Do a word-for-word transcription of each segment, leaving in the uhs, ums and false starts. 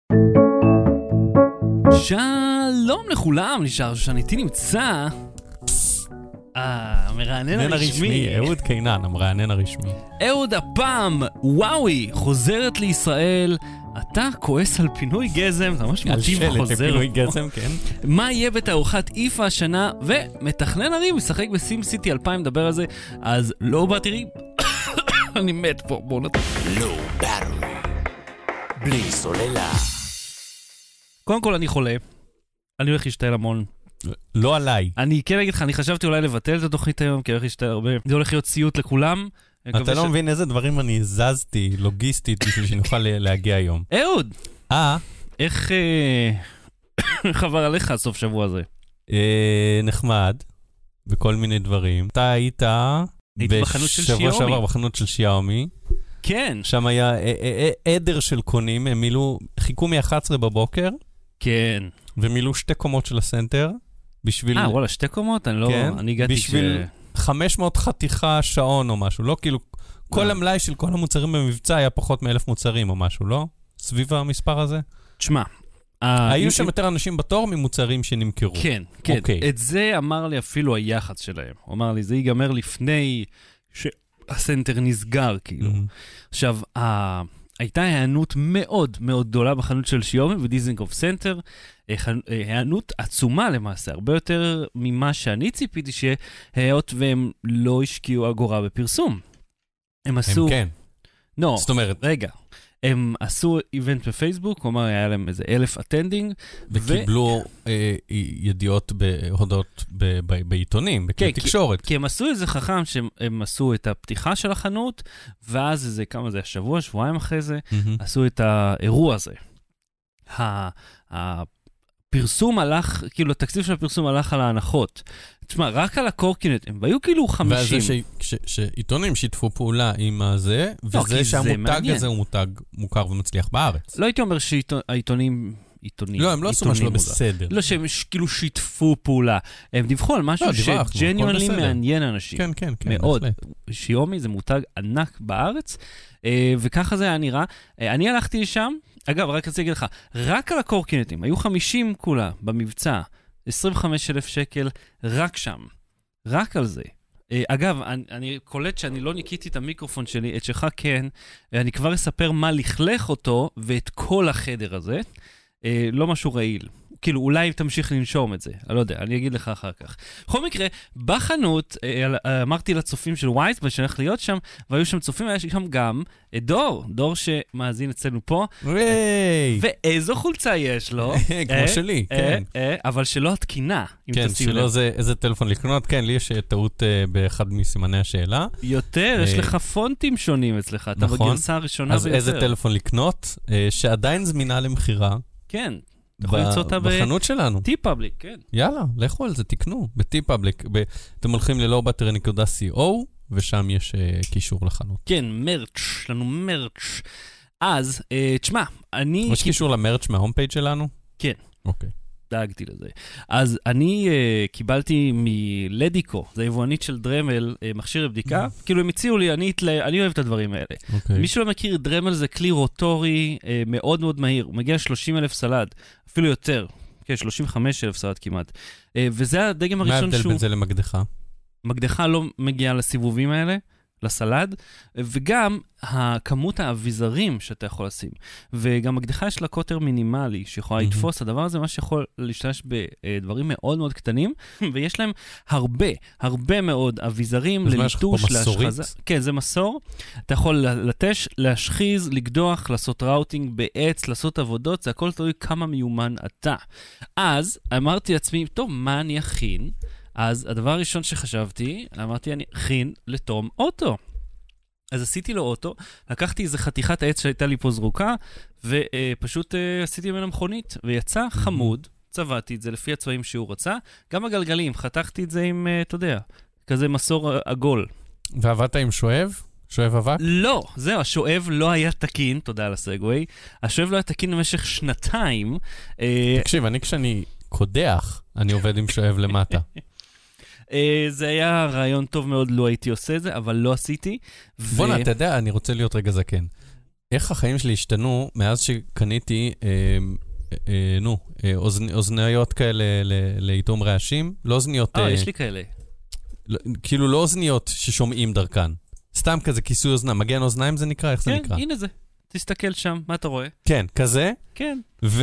שלום לכולם, נשאר שאני איתי נמצא המרענן הרשמי אהוד קינן, המרענן הרשמי. אהוד הפעם, וואוי, חוזרת לישראל. אתה כועס על פינוי גזם, זה ממש מוטיב חוזר. על שלט לפינוי גזם, כן. מה יהיה בתערוכת איפה השנה, ומתכנן הרים משחק בסים סיטי אלפיים, מדבר על זה, אז לא באטרי, אני מת פה, בואו נתן. לא באטרי, בלי סוללה. קודם כל אני חולה, אני הולך להשתעל המון. לא עליי. אני כן אגיד לך, אני חשבתי אולי לבטל את התוכנית היום, כי הולך להשתעל הרבה. זה הולך להיות סיוט לכולם. אתה לא מבין איזה דברים אני זזתי, לוגיסטית, בשביל שנוכל להגיע היום. אהוד! אה? איך חבר עליך הסוף שבוע הזה? נחמד, בכל מיני דברים. אתה היית בשבוע שעבר בחנות של שיאומי. כן. שם היה עדר של קונים, הם מילאו, חיכו מ-אחת עשרה בבוקר. כן. ומילאו שתי קומות של הסנטר. בשביל... אה, וואלה, שתי קומות? אני לא... כן. אני הגעתי בשביל חמש מאות חתיכה שעון או משהו, לא? כאילו, כל המלאי של כל המוצרים במבצע היה פחות מאלף מוצרים או משהו, לא? סביב המספר הזה? תשמע. היו שם יותר אנשים בתור ממוצרים שנמכרו. כן, כן. את זה אמר לי אפילו היחס שלהם. הוא אמר לי, זה ייגמר לפני שהסנטר נסגר, כאילו. עכשיו, הייתה הענות מאוד מאוד גדולה בחנות של שיאומי ודיזנגוף סנטר, הענות עצומה למעשה, הרבה יותר ממה שאני ציפיתי שהיות והם לא השקיעו אגורה בפרסום. הם עשו... הם כן. לא, זאת אומרת... רגע. הם עשו איבנט בפייסבוק, כלומר היה להם איזה אלף אטנדינג. וקיבלו ידיעות בהודעות בעיתונים, בכלי תקשורת. כי הם עשו איזה חכם שהם עשו את הפתיחה של החנות, ואז איזה כמה זה, שבוע, שבועיים אחרי זה, עשו את האירוע הזה. הפרסום הלך, כאילו התקציב של הפרסום הלך על ההנחות. תשמע, רק על הקורקינט, הם היו כאילו חמישים. וזה שעיתונים שיתפו פעולה עם הזה, וזה שהמותג הזה הוא מותג מוכר ומצליח בארץ. לא הייתי אומר שהעיתונים... עיתונים. לא, הם לא עשו משהו לא בסדר. לא, שהם כאילו שיתפו פעולה. הם דיווחו על משהו שג'ניונלי מעניין אנשים. כן, כן, כן. מאוד. שיאומי זה מותג ענק בארץ, וככה זה היה נראה. אני הלכתי לשם, אגב, רק רציתי להגיד לך, רק על הקורקינטים, היו חמישים כולה במבצע, עשרים וחמישה אלף שקל, רק שם. רק על זה. אגב, אני, אני קולט שאני לא ניקיתי את המיקרופון שלי, את שלך כן, אני כבר אספר מה לכלך אותו, ואת כל החדר הזה. לא משהו רעיל. כאילו, אולי תמשיך לנשום את זה. אני לא יודע, אני אגיד לך אחר כך. בכל מקרה, בחנות, אמרתי לצופים של וייס, שאני הולך להיות שם, והיו שם צופים, והיה שם גם דור, דור שמאזין אצלנו פה. ואיזו חולצה יש לו. כמו שלי, כן. אבל שלא התקינה. כן, שלא זה איזה טלפון לקנות. כן, לי יש טעות באחד מסימני השאלה. יותר, יש לך פונטים שונים אצלך. אתה בגרסה הראשונה ביותר. אז איזה טלפון לקנות, שעדיין זמינה למחירה. כן. אתה יכול למצוא אותה בחנות שלנו. טי-פאבליק, כן. יאללה, לכו על זה, תקנו. בטי-פאבליק. אתם הולכים ללא באטרי נקודה סי או, ושם יש קישור לחנות. כן, מרץ', לנו מרץ'. אז, תשמע, אני... יש קישור למרץ' מההום פייג' שלנו? כן. אוקיי. דאגתי לזה. אז אני uh, קיבלתי מלדיקו, זה יבואנית של דרמל, uh, מכשיר לבדיקה, mm-hmm. כאילו הם הציעו לי, אני, אני אוהב את הדברים האלה. Okay. מי שלא מכיר, דרמל זה כלי רוטורי uh, מאוד מאוד מהיר, הוא מגיע ל-שלושים אלף סלד, אפילו יותר, כן, שלושים וחמישה אלף סלד כמעט. Uh, וזה הדגם הראשון שהוא... מה ההבדל בין זה למקדחה? מקדחה לא מגיעה לסיבובים האלה, לסלד, וגם הכמות האביזרים שאתה יכול לשים. וגם מקדחה יש לה קוטר מינימלי, שיכולה לתפוס. הדבר הזה מה שיכול להשתמש בדברים מאוד מאוד קטנים, ויש להם הרבה, הרבה מאוד אביזרים לליטוש, להשחזה. כן, זה מסור. אתה יכול לטש, להשחיז, לקדוח, לעשות ראוטינג בעץ, לעשות עבודות, זה הכל תלוי כמה מיומן אתה. אז אמרתי לעצמי, טוב, מה אני אכין? אז הדבר הראשון שחשבתי, אמרתי, אני אכין לתום אוטו. אז עשיתי לו אוטו, לקחתי איזו חתיכת העץ שהייתה לי פה זרוקה, ופשוט עשיתי ממנה מכונית, ויצא חמוד, צבעתי את זה לפי הצבעים שהוא רצה, גם הגלגלים, חתכתי את זה עם, אתה יודע, כזה מסור עגול. ועבדת עם שואב? שואב אבק? לא, זהו, השואב לא היה תקין, תודה על הסגווי, השואב לא היה תקין במשך שנתיים. תקשיב, אני כשאני קודח, אני עובד עם שואב למטה. זה היה רעיון טוב מאוד, לא הייתי עושה את זה, אבל לא עשיתי. בוא נה, אתה יודע, אני רוצה להיות רגע זקן. איך החיים שלי השתנו מאז שקניתי, אה, אה, נו, אה, אוזנ, אוזניות כאלה לאיתום רעשים, לא אוזניות... אה, אה, יש לי כאלה. לא, כאילו לא אוזניות ששומעים דרכן. סתם כזה כיסוי אוזניים, מגן אוזניים זה נקרא? איך זה כן, נקרא? הנה זה. תסתכל שם, מה אתה רואה? כן, כזה. כן.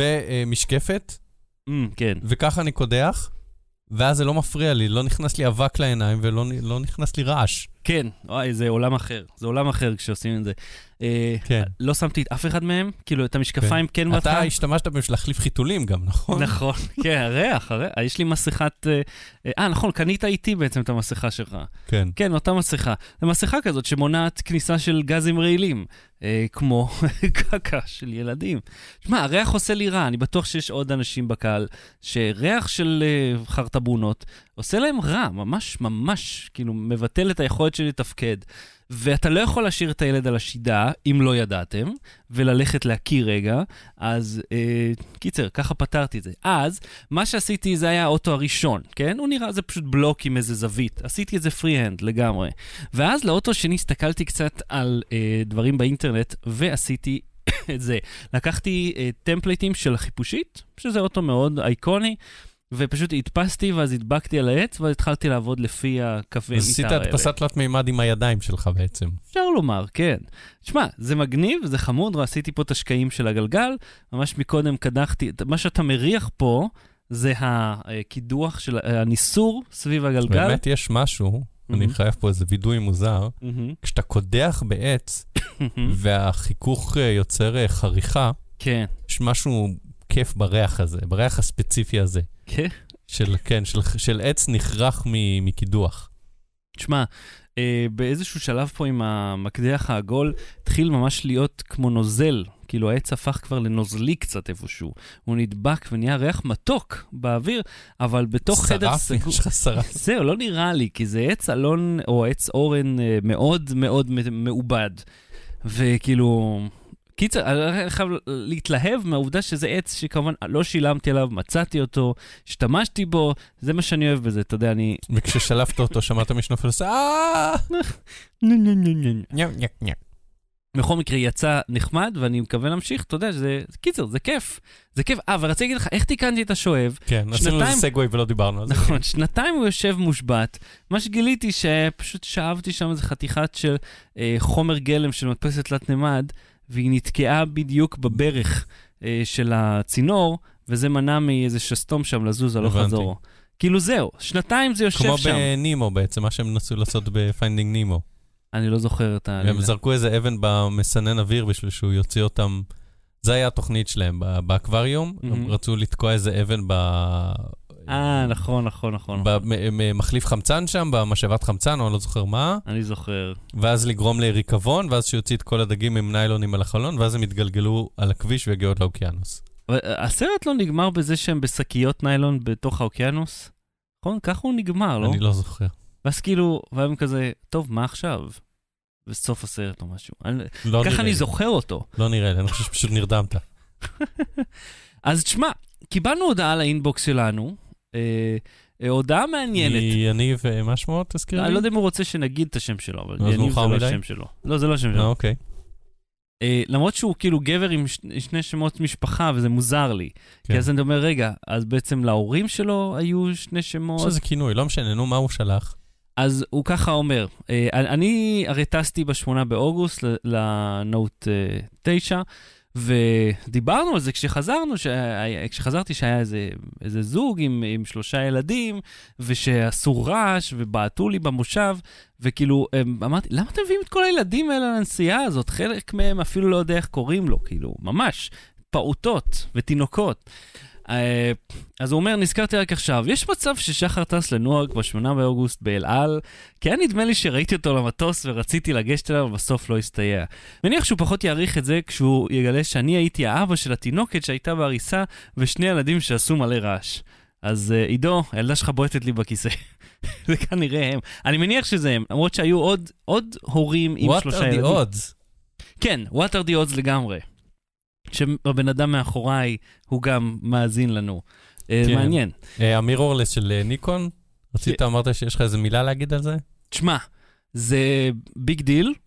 ומשקפת. Mm, כן. וככה אני קודח, ואז זה לא מפריע לי, לא נכנס לי אבק לעיניים ולא לא נכנס לי רעש. כן, וואי, זה עולם אחר. זה עולם אחר כשעושים את זה. אה, כן. לא שמתי את אף אחד מהם, כאילו את המשקפיים כן בהתחלה. אתה השתמשת בשביל להחליף חיתולים גם, נכון? נכון, כן, הריח, הריח. יש לי מסכת... אה, נכון, קנית איתי בעצם את המסכה שלך. כן. כן, אותה מסכה. זו מסכה כזאת שמונעת כניסה של גזים רעילים, אה, כמו קקה של ילדים. שמע, הריח עושה לי רע, אני בטוח שיש עוד אנשים בקהל, שריח של אה, חרטבונות עושה להם רע, ממש ממש, כאילו מבטל את היכולת שלי לתפקד. ואתה לא יכול להשאיר את הילד על השידה, אם לא ידעתם, וללכת להכיר רגע, אז אה, קיצר, ככה פתרתי את זה. אז, מה שעשיתי זה היה האוטו הראשון, כן? הוא נראה, זה פשוט בלוק עם איזה זווית. עשיתי את זה פרי-הנד לגמרי. ואז לאוטו שני הסתכלתי קצת על אה, דברים באינטרנט, ועשיתי את זה. לקחתי אה, טמפליטים של החיפושית, שזה אוטו מאוד אייקוני, ופשוט הדפסתי, ואז הדבקתי על העץ, ואז התחלתי לעבוד לפי הקווי מיתר עשית האלה. הדפסת תלת מימד עם הידיים שלך בעצם. אפשר לומר, כן. תשמע, זה מגניב, זה חמוד, ועשיתי פה את השקעים של הגלגל, ממש מקודם קדחתי, מה שאתה מריח פה, זה הקידוח של הניסור סביב הגלגל. באמת יש משהו, אני חייב פה איזה וידוי מוזר, כשאתה קודח בעץ, והחיכוך יוצר חריכה, כן. יש משהו כיף בריח הזה, בריח הספציפי הזה. כן? של, כן, של, של עץ נחרך מקידוח. תשמע, אה, באיזשהו שלב פה עם המקדח העגול, התחיל ממש להיות כמו נוזל, כאילו העץ הפך כבר לנוזלי קצת איפשהו. הוא נדבק ונהיה ריח מתוק באוויר, אבל בתוך חדר סגור... שרף, יש לך שרף. זהו, לא נראה לי, כי זה עץ אלון או עץ אורן אה, מאוד מאוד מעובד. וכאילו... קיצר, אני חייב להתלהב מהעובדה שזה עץ שכמובן לא שילמתי עליו, מצאתי אותו, השתמשתי בו, זה מה שאני אוהב בזה, אתה יודע, אני... וכששלפת אותו, שמעת משנופל, עושה אההה! ניו, ניו, ניו. בכל מקרה יצא נחמד, ואני מקווה להמשיך, אתה יודע, זה קיצר, זה כיף. זה כיף. אה, ורציתי להגיד לך, איך תיקנתי את השואב? כן, עשינו איזה סגווי ולא דיברנו על זה. נכון, שנתיים הוא יושב מושבת, מה שגיליתי שפשוט שאבתי שם איזה חתיכת של אה, חומר גלם של מדפסת תלת ממד, והיא נתקעה בדיוק בברך אה, של הצינור, וזה מנע מאיזה שסתום שם לזוז, הלוך חזור. כאילו זהו, שנתיים זה יושב כמו שם. כמו בנימו בעצם, מה שהם נסו לעשות בפיינדינג נימו. אני לא זוכר את ה... הם זרקו איזה אבן במסנן אוויר בשביל שהוא יוציא אותם. זה היה התוכנית שלהם באקווריום, הם רצו לתקוע איזה אבן ב... אה, נכון, נכון, נכון. במחליף חמצן שם, במשאבת חמצן, או אני לא זוכר מה. אני זוכר. ואז לגרום לריקבון, ואז שיוציא את כל הדגים עם ניילונים על החלון, ואז הם יתגלגלו על הכביש והגיעו לאוקיינוס. הסרט לא נגמר בזה שהם בשקיות ניילון בתוך האוקיינוס? נכון? ככה הוא נגמר, לא? אני לא זוכר. ואז כאילו, והם כזה, טוב, מה עכשיו? בסוף הסרט או משהו. לא ככה אני זוכר אותו. לא נראה לי, אני חושב שפשוט נרדמת. אז תשמע, קיבלנו הודעה לאינבוקס שלנו, הודעה מעניינת. יניב, מה שמו? תזכיר לי? אני לא יודע אם הוא רוצה שנגיד את השם שלו, אבל יניב זה לא השם שלו. לא, זה לא השם שלו. אוקיי. למרות שהוא כאילו גבר עם שני שמות משפחה, וזה מוזר לי. כי אז אני אומר, רגע, אז בעצם להורים שלו היו שני שמות. שזה כינוי, לא משנה, נו, מה הוא שלח? אז הוא ככה אומר, אני הרי טסתי בשמונה באוגוסט לנוט תשע, ודיברנו על זה כשחזרנו, כשחזרתי שהיה איזה, איזה זוג עם, עם שלושה ילדים, ושעשו רעש, ובעטו לי במושב, וכאילו, אמרתי, למה אתם מביאים את כל הילדים האלה לנסיעה הזאת? חלק מהם אפילו לא יודע איך קוראים לו, כאילו, ממש, פעוטות ותינוקות. אז הוא אומר, נזכרתי רק עכשיו, יש מצב ששחר טס לנוהג בשמונה באוגוסט באל על, כי היה נדמה לי שראיתי אותו למטוס ורציתי לגשת אליו, ובסוף לא הסתייע. מניח שהוא פחות יעריך את זה כשהוא יגלה שאני הייתי האבא של התינוקת שהייתה בהריסה, ושני ילדים שעשו מלא רעש. אז עידו, הילדה שלך בועטת לי בכיסא. זה כנראה הם. אני מניח שזה הם, למרות שהיו עוד, עוד הורים עם שלושה ילדים. What are the odds? כן, what are the odds לגמרי. שהבן אדם מאחוריי הוא גם מאזין לנו. מעניין. המירורלס של ניקון, רצית, אמרת שיש לך איזה מילה להגיד על זה? תשמע, זה ביג דיל,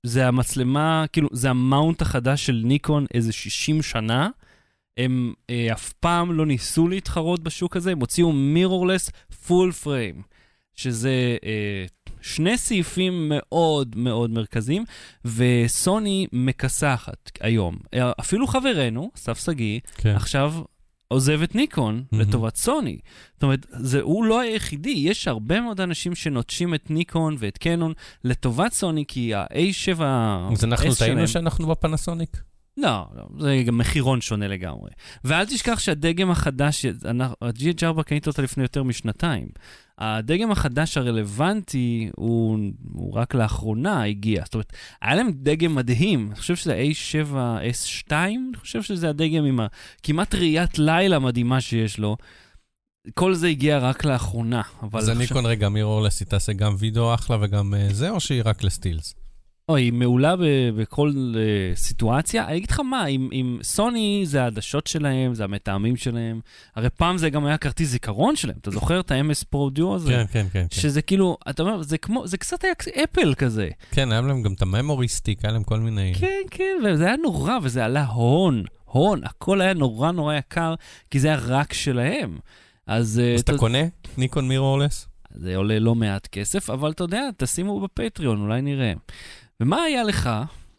זה המצלמה, כאילו, זה המאונט החדש של ניקון איזה שישים שנה. הם אה, אף פעם לא ניסו להתחרות בשוק הזה, הם הוציאו מירורלס פול פריים, שזה אה, שני סעיפים מאוד מאוד מרכזיים, וסוני מקסחת היום. אפילו חברנו, אסף סגי, כן. עכשיו עוזב את ניקון mm-hmm. לטובת סוני. זאת אומרת, זה, הוא לא היחידי, יש הרבה מאוד אנשים שנוטשים את ניקון ואת קנון לטובת סוני, כי ה-איי שבע... אז אנחנו טעינו שאנחנו בפנסוניק? לא, לא, זה גם מחירון שונה לגמרי. ואל תשכח שהדגם החדש, ה-ג'י אייץ' ארבע קנית אותה לפני יותר משנתיים, הדגם החדש הרלוונטי הוא, הוא רק לאחרונה הגיע. זאת אומרת, היה להם דגם מדהים, אני חושב שזה איי שבע אס שתיים, אני חושב שזה הדגם עם כמעט ראיית לילה מדהימה שיש לו. כל זה הגיע רק לאחרונה. אז אני קון רגע, מירורלס היא תעשה גם וידאו אחלה וגם זה, או שהיא רק לסטילס? או, היא מעולה ב- בכל uh, סיטואציה. אני אגיד לך מה, עם, עם סוני זה העדשות שלהם, זה המטעמים שלהם. הרי פעם זה גם היה כרטיס זיכרון שלהם. אתה זוכר את ה-אם אס Pro Duo הזה? כן, כן, כן. שזה כן. כאילו, אתה אומר, זה כמו, זה קצת היה אפל כזה. כן, היה להם גם את הממורי סטיק, היה להם כל מיני... כן, כן, וזה היה נורא, וזה עלה הון, הון. הכל היה נורא נורא יקר, כי זה היה רק שלהם. אז... אז אתה קונה ניקון מירורלס? זה עולה לא מעט כסף, אבל אתה יודע, תשימו בפטריון, אולי נראה. ומה היה לך?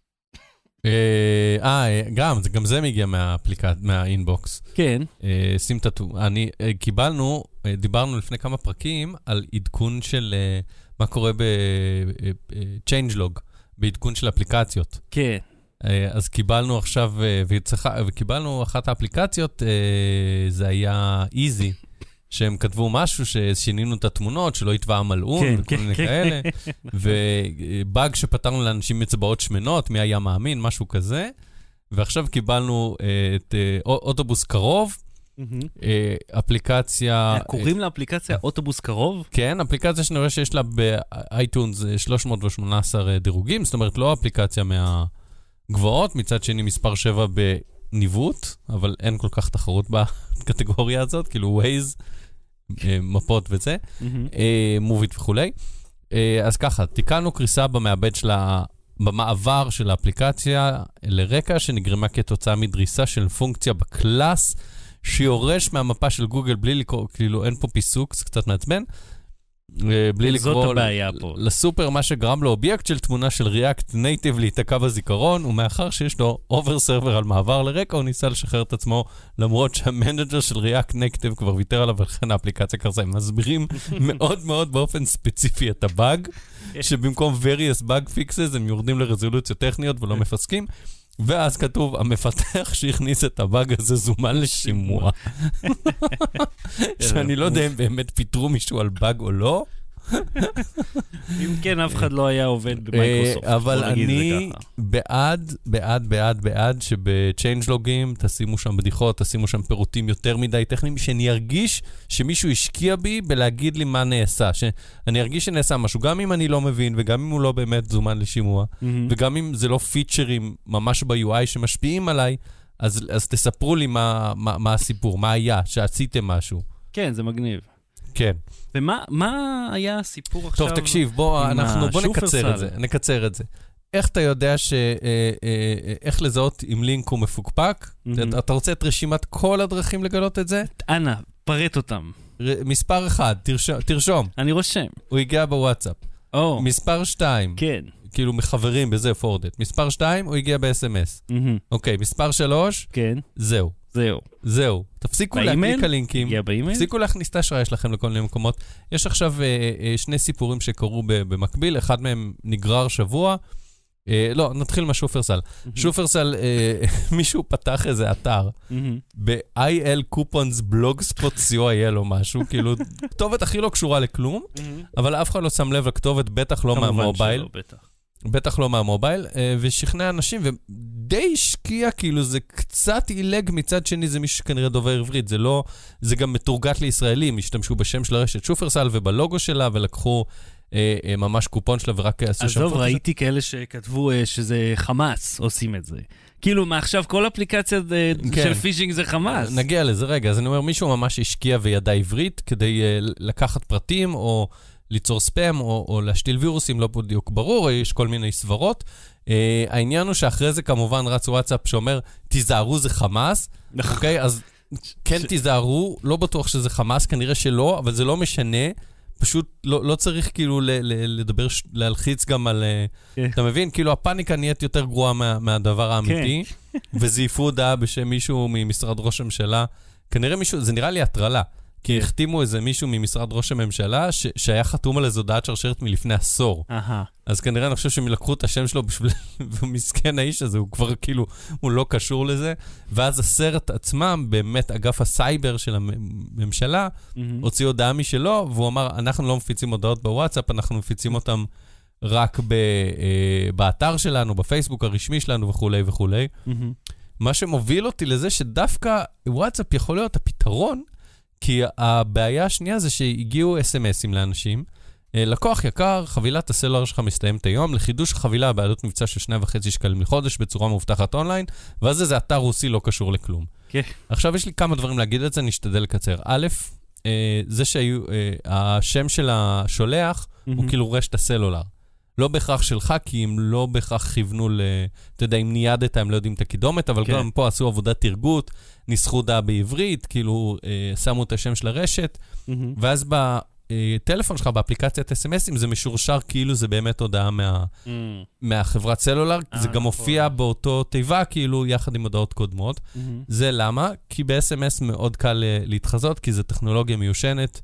אה, גם, גם זה מגיע מהאפליקט, מהאינבוקס. כן. שים תטו. אני, קיבלנו, דיברנו לפני כמה פרקים על עדכון של מה קורה ב-changelog, בעדכון של אפליקציות. כן. אז קיבלנו עכשיו, וקיבלנו אחת האפליקציות, זה היה איזי. שהם כתבו משהו ששינינו את התמונות, שלא יתבע מלאון כן, וכל כן, מיני כן. כאלה, ובאג שפתרנו לאנשים אצבעות שמנות, מי היה מאמין, משהו כזה, ועכשיו קיבלנו את אוטובוס קרוב, אפליקציה... קוראים לאפליקציה אוטובוס קרוב? כן, אפליקציה שאני רואה שיש לה באייטונס שלוש מאות ושמונה עשרה דירוגים, זאת אומרת לא אפליקציה מהגבוהות, מצד שני מספר שבע בניווט, אבל אין כל כך תחרות בקטגוריה הזאת, כאילו ווייז, מפות וזה, מובית וכולי. אז ככה, תיקנו קריסה במעבד של ה... במעבר של האפליקציה לרקע שנגרמה כתוצאה מדריסה של פונקציה בקלאס, שיורש מהמפה של גוגל בלי לקרוא, כאילו אין פה פיסוק, זה קצת מעצבן, בלי לקרוא לסופר מה שגרם לאובייקט של תמונה של React Native להתעקע בזיכרון, ומאחר שיש לו אובר סרבר על מעבר לרקע, הוא ניסה לשחרר את עצמו, למרות שהמנג'ר של React Native כבר ויתר עליו, ולכן האפליקציה כזה, הם מסבירים מאוד מאוד באופן ספציפי את הבאג, שבמקום various bug fixes הם יורדים לרזולוציות טכניות ולא מפסקים, ואז כתוב, המפתח שהכניס את הבאג הזה זומן לשימוע. שאני לא יודע אם באמת פיתרו מישהו על באג או לא. אם כן, אף אחד לא היה עובד במייקרוסופט. אבל אני בעד, בעד, בעד, בעד, שבצ'יינג'לוגים תשימו שם בדיחות, תשימו שם פירוטים יותר מדי טכניים, שאני ארגיש שמישהו השקיע בי בלהגיד לי מה נעשה. שאני ארגיש שנעשה משהו, גם אם אני לא מבין, וגם אם הוא לא באמת זומן לשימוע, וגם אם זה לא פיצ'רים ממש ב-יו איי שמשפיעים עליי, אז, אז תספרו לי מה, מה, מה הסיפור, מה היה, שעשיתם משהו. כן, זה מגניב. כן. ומה מה היה הסיפור עכשיו? טוב, תקשיב, בוא, אנחנו, בוא נקצר את זה, נקצר את זה. איך אתה יודע ש... איך לזהות אם לינק הוא מפוקפק? אתה רוצה את רשימת כל הדרכים לגלות את זה? אנא, פרט אותם. מספר אחד, תרשום. אני רושם. הוא הגיע בוואטסאפ. מספר שתיים. כן. כאילו מחברים בזה פורדט. מספר שתיים, הוא הגיע ב-אס אם אס. אוקיי, מספר שלוש. כן. זהו. זהו. זהו. תפסיקו להקליק הלינקים. תפסיקו להכניס את האשראי שלכם לכל מיני מקומות. יש עכשיו שני סיפורים שקרו במקביל. אחד מהם נגרר שבוע. לא, נתחיל מהשופרסל. שופרסל, מישהו פתח איזה אתר ב-איי אל קופונס בלוגספוט סי או איי אל או משהו, כאילו, כתובת הכי לא קשורה לכלום, אבל אף אחד לא שם לב לכתובת, בטח לא מהמובייל. בטח לא מהמובייל, ושכנע אנשים, ודי השקיע, כאילו, זה קצת אילג מצד שני, זה מישהו שכנראה דובר עברית, זה לא, זה גם מתורגת לישראלים, השתמשו בשם של הרשת שופרסל ובלוגו שלה, ולקחו ממש קופון שלה ורק עשו שם. עזוב, ראיתי כאלה שכתבו שזה חמאס עושים את זה. כאילו, מעכשיו כל אפליקציה של פישינג זה חמאס. נגיע לזה רגע, אז אני אומר, מישהו ממש השקיע וידע עברית כדי לקחת פרטים או ליצור ספאם או, או להשתיל וירוסים, לא בדיוק ברור, יש כל מיני סברות. Uh, העניין הוא שאחרי זה כמובן רץ וואטסאפ שאומר, תיזהרו זה חמאס, אוקיי? אז כן תיזהרו, לא בטוח שזה חמאס, כנראה שלא, אבל זה לא משנה, פשוט לא, לא צריך כאילו ל, ל, לדבר, להלחיץ גם על... Okay. אתה מבין? כאילו הפאניקה נהיית יותר גרועה מה, מהדבר האמיתי, okay. וזייפו הודעה בשם מישהו ממשרד ראש הממשלה, כנראה מישהו, זה נראה לי הטרלה, כי החתימו איזה מישהו ממשרד ראש הממשלה, ש- שהיה חתום על איזו הודעת שרשרת מלפני עשור. Aha. אז כנראה אני חושב שהם לקחו את השם שלו בשביל... ומסכן האיש הזה, הוא כבר כאילו, הוא לא קשור לזה. ואז הסרט עצמם, באמת אגף הסייבר של הממשלה, mm-hmm. הוציא הודעה משלו, והוא אמר, אנחנו לא מפיצים הודעות בוואטסאפ, אנחנו מפיצים אותם רק ב- אה, באתר שלנו, בפייסבוק הרשמי שלנו וכו' וכו'. Mm-hmm. מה שמוביל אותי לזה שדווקא וואטסאפ יכול להיות הפתרון, כי הבעיה השנייה זה שהגיעו אס אם אסים לאנשים, לקוח יקר, חבילת הסלולר שלך מסתיימת היום, לחידוש החבילה בעלות מבצע של שניים וחצי שקלים לחודש בצורה מאובטחת אונליין, ואז איזה אתר רוסי לא קשור לכלום. Okay. עכשיו יש לי כמה דברים להגיד את זה, נשתדל לקצר. א', זה שהשם של השולח mm-hmm. הוא כאילו רשת הסלולר. לא בהכרח שלך, כי הם לא בהכרח כיוונו ל... אתה יודע, אם ניידת, הם לא יודעים את הקידומת, אבל okay. גם פה עשו עבודת תרגות, ניסחו דעה בעברית, כאילו אה, שמו את השם של הרשת, mm-hmm. ואז בטלפון שלך, באפליקציית אס אם אסים, זה משורשר כאילו זה באמת הודעה מה, mm. מהחברת סלולר, ah, זה גם מופיע נכון. באותו תיבה, כאילו יחד עם הודעות קודמות. Mm-hmm. זה למה? כי ב-אס אם אס מאוד קל להתחזות, כי זו טכנולוגיה מיושנת,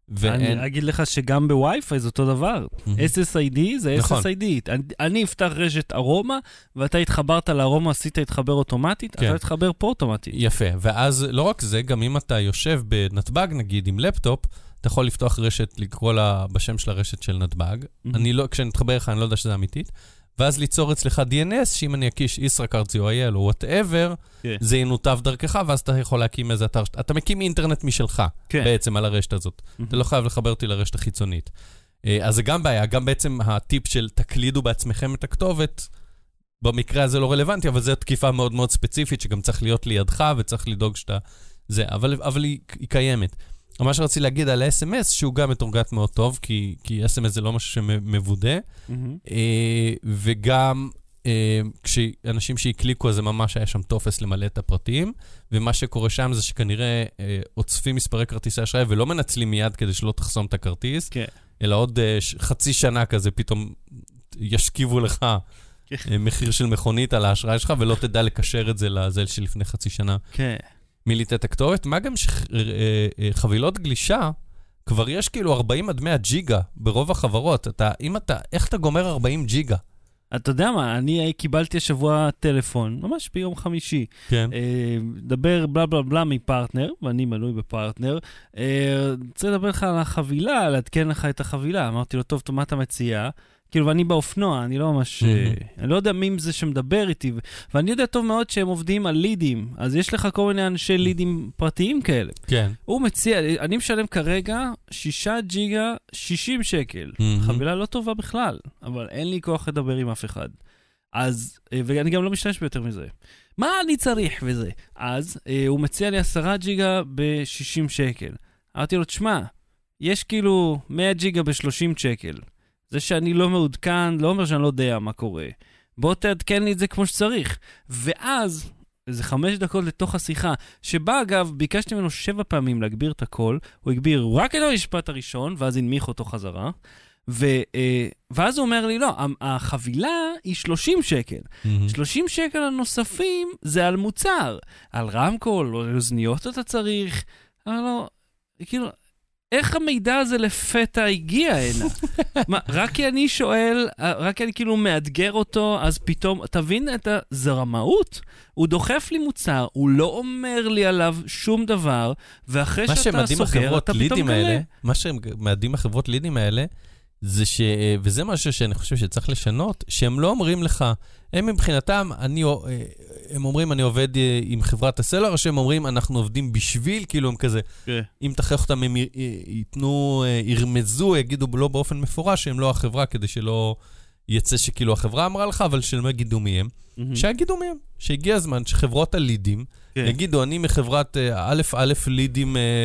אני אגיד לך שגם בווי-פיי זה אותו דבר. אס אס איי די זה אס אס איי די. אני אפתח רשת ארומה, ואתה התחברת לארומה, עשית להתחבר אוטומטית, אתה התחבר פה אוטומטית. יפה, ואז לא רק זה, גם אם אתה יושב בנתב"ג, נגיד, עם לפטופ, אתה יכול לפתוח רשת, לקרוא לה בשם של הרשת של נתב"ג. אני לא, כשאני אתחבר לך, אני לא יודע שזה אמיתית. ואז ליצור אצלך די אן אס, שאם אני אקיש ישראכרט או איי אל או whatever, זה ינותב דרכך, ואז אתה יכול להקים איזה אתר, אתה מקים אינטרנט משלך, בעצם על הרשת הזאת. אתה לא חייב לחבר אותי לרשת החיצונית. אז זה גם בעיה, גם בעצם הטיפ של תקלידו בעצמכם את הכתובת, במקרה הזה לא רלוונטי, אבל זו תקיפה מאוד מאוד ספציפית, שגם צריך להיות לידך, וצריך לדאוג שאתה... זה, אבל, אבל היא, היא קיימת. מה שרציתי להגיד על אס אם אס, שהוא גם מתורגת מאוד טוב, כי, כי אס אם אס זה לא משהו שמבודה, mm-hmm. אה, וגם אה, כשאנשים שהקליקו, אז זה ממש היה שם טופס למלא את הפרטים, ומה שקורה שם זה שכנראה אה, עוצפים מספרי כרטיסי אשראי, ולא מנצלים מיד כדי שלא תחסום את הכרטיס, okay. אלא עוד אה, ש, חצי שנה כזה, פתאום ישכיבו לך okay. אה, מחיר של מכונית על האשראי שלך, ולא תדע לקשר את זה לזה שלפני חצי שנה. כן. Okay. מילית את הכתובת, מה גם שחבילות גלישה, כבר יש כאילו ארבעים עד מאה ג'יגה ברוב החברות. אתה, אם אתה, איך אתה גומר ארבעים ג'יגה? אתה יודע מה, אני קיבלתי השבוע טלפון, ממש ביום חמישי. כן. דבר בלה בלה בלה מפרטנר, ואני מנוי בפרטנר. רוצה לדבר לך על החבילה, לעדכן לך את החבילה. אמרתי לו, טוב, מה אתה מציע? כאילו, ואני באופנוע, אני לא ממש... Mm-hmm. אני לא יודע מי זה שמדבר איתי, ואני יודע טוב מאוד שהם עובדים על לידים, אז יש לך כל מיני אנשי לידים פרטיים כאלה. כן. הוא מציע, אני משלם כרגע שישה ג'יגה, שישים שקל. Mm-hmm. חבילה לא טובה בכלל, אבל אין לי כוח לדבר עם אף אחד. אז, ואני גם לא משתמש ביותר מזה. מה אני צריך וזה? אז, הוא מציע לי עשרה ג'יגה ב-שישים שקל. אמרתי לו, תשמע, יש כאילו מאה ג'יגה ב-שלושים שקל. זה שאני לא מעודכן, לא אומר שאני לא יודע מה קורה. בוא תעדכן לי את זה כמו שצריך. ואז, איזה חמש דקות לתוך השיחה, שבה אגב, ביקשתי ממנו שבע פעמים להגביר את הקול, הוא הגביר רק את המשפט הראשון, ואז הנמיך אותו חזרה, ו, ואז הוא אומר לי, לא, החבילה היא שלושים שקל. Mm-hmm. שלושים שקל הנוספים זה על מוצר. על רמקול, או אוזניות אתה צריך. אבל לא, כאילו... איך המידע הזה לפתע הגיע הנה? מה, רק כי אני שואל, רק כי אני כאילו מאתגר אותו, אז פתאום, תבין את הזרמאות? הוא דוחף לי מוצר, הוא לא אומר לי עליו שום דבר, ואחרי שאתה סוגר, אתה פתאום גלה. מה שמאדים החברות לידים האלה, זה ש... וזה משהו שאני חושב שצריך לשנות, שהם לא אומרים לך, הם מבחינתם, אני, הם אומרים, אני עובד עם חברת הסלולר, שהם אומרים, אנחנו עובדים בשביל, כאילו הם כזה, okay. אם תכריח אותם, הם ייתנו, ירמזו, יגידו לא באופן מפורש, שהם לא החברה, כדי שלא יצא שכאילו החברה אמרה לך, אבל שלא יגידו מי הם. Mm-hmm. שיגידו מי הם. שהגיע הזמן שחברות הלידים, okay. יגידו, אני מחברת א' א' לידים,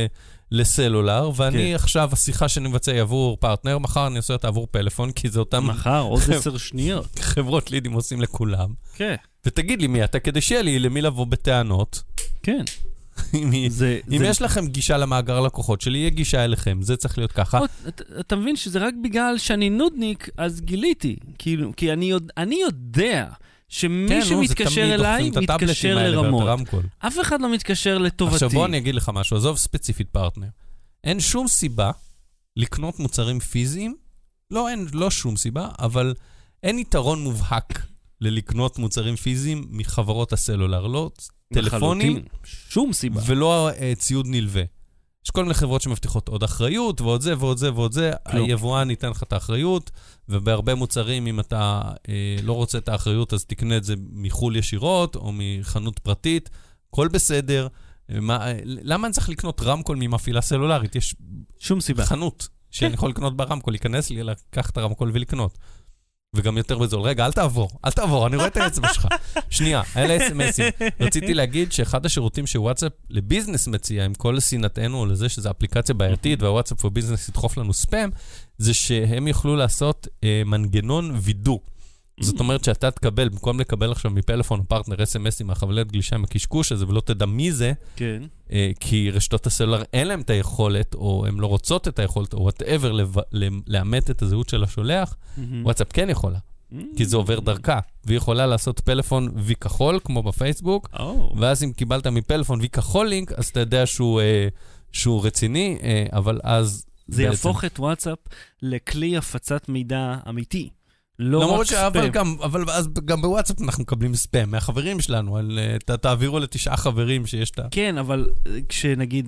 לסלולר, ואני עכשיו, השיחה שאני מבצע היא עבור פרטנר, מחר אני עושה אותה עבור פלאפון, כי זה אותם... מחר, עוד עשר שניות. חברות לידים עושים לכולם. כן. ותגיד לי מי אתה, כדי שיהיה לי למי לבוא בטענות. כן. אם יש לכם גישה למאגר לקוחות שלי, יהיה גישה אליכם, זה צריך להיות ככה. אתה מבין שזה רק בגלל שאני נודניק, אז גיליתי. כי אני יודע שמי שמתקשר אליי, מתקשר לרמות. אף אחד לא מתקשר לטובתי. עכשיו בוא אני אגיד לך משהו, עזוב ספציפית פרטנר. אין שום סיבה לקנות מוצרים פיזיים, לא, אין, לא שום סיבה, אבל אין יתרון מובהק ללקנות מוצרים פיזיים מחברות הסלולר, לא טלפונים, שום סיבה. ולא uh, ציוד נלווה. יש כל מיני חברות שמבטיחות עוד אחריות, ועוד זה ועוד זה ועוד זה. היבואן ייתן לך את האחריות, ובהרבה מוצרים, אם אתה אה, לא רוצה את האחריות, אז תקנה את זה מחול ישירות, או מחנות פרטית, כל בסדר. מה, למה אני צריך לקנות רמקול ממפעילה סלולרית? יש שום סיבה. חנות שאני יכול לקנות ברמקול, להיכנס לי, לקח את הרמקול ולקנות. וגם יותר בזול. רגע, אל תעבור, אל תעבור, אני רואה את האצבע שלך. שנייה, אלה אס אם אסים. רציתי להגיד שאחד השירותים שוואטסאפ לביזנס מציע, עם כל סינתנו לזה שזו אפליקציה בעייתית, והוואטסאפ וביזנס ידחוף לנו ספאם, זה שהם יוכלו לעשות אה, מנגנון וידוא. זאת אומרת שאתה תקבל, במקום לקבל עכשיו מפלאפון או פרטנר אס אם אסים, החבילת גלישה עם הקשקוש הזה, ולא תדע מי זה, כן. אה, כי רשתות הסלולר אין להם את היכולת, או הן לא רוצות את היכולת, או whatever, לב, לאמת את הזהות של השולח, mm-hmm. וואטסאפ כן יכולה, mm-hmm. כי זה עובר דרכה, והיא יכולה לעשות פלאפון וי כחול, כמו בפייסבוק, oh. ואז אם קיבלת מפלאפון וי כחול לינק, אז אתה יודע שהוא, אה, שהוא רציני, אה, אבל אז... זה בעצם... יהפוך את וואטסאפ לכלי הפצת מידע אמיתי. לא רק ספאם. אבל גם, אבל אז גם בוואטסאפ אנחנו מקבלים ספאם מהחברים שלנו, על, ת, תעבירו לתשעה חברים שיש את ה... כן, אבל כשנגיד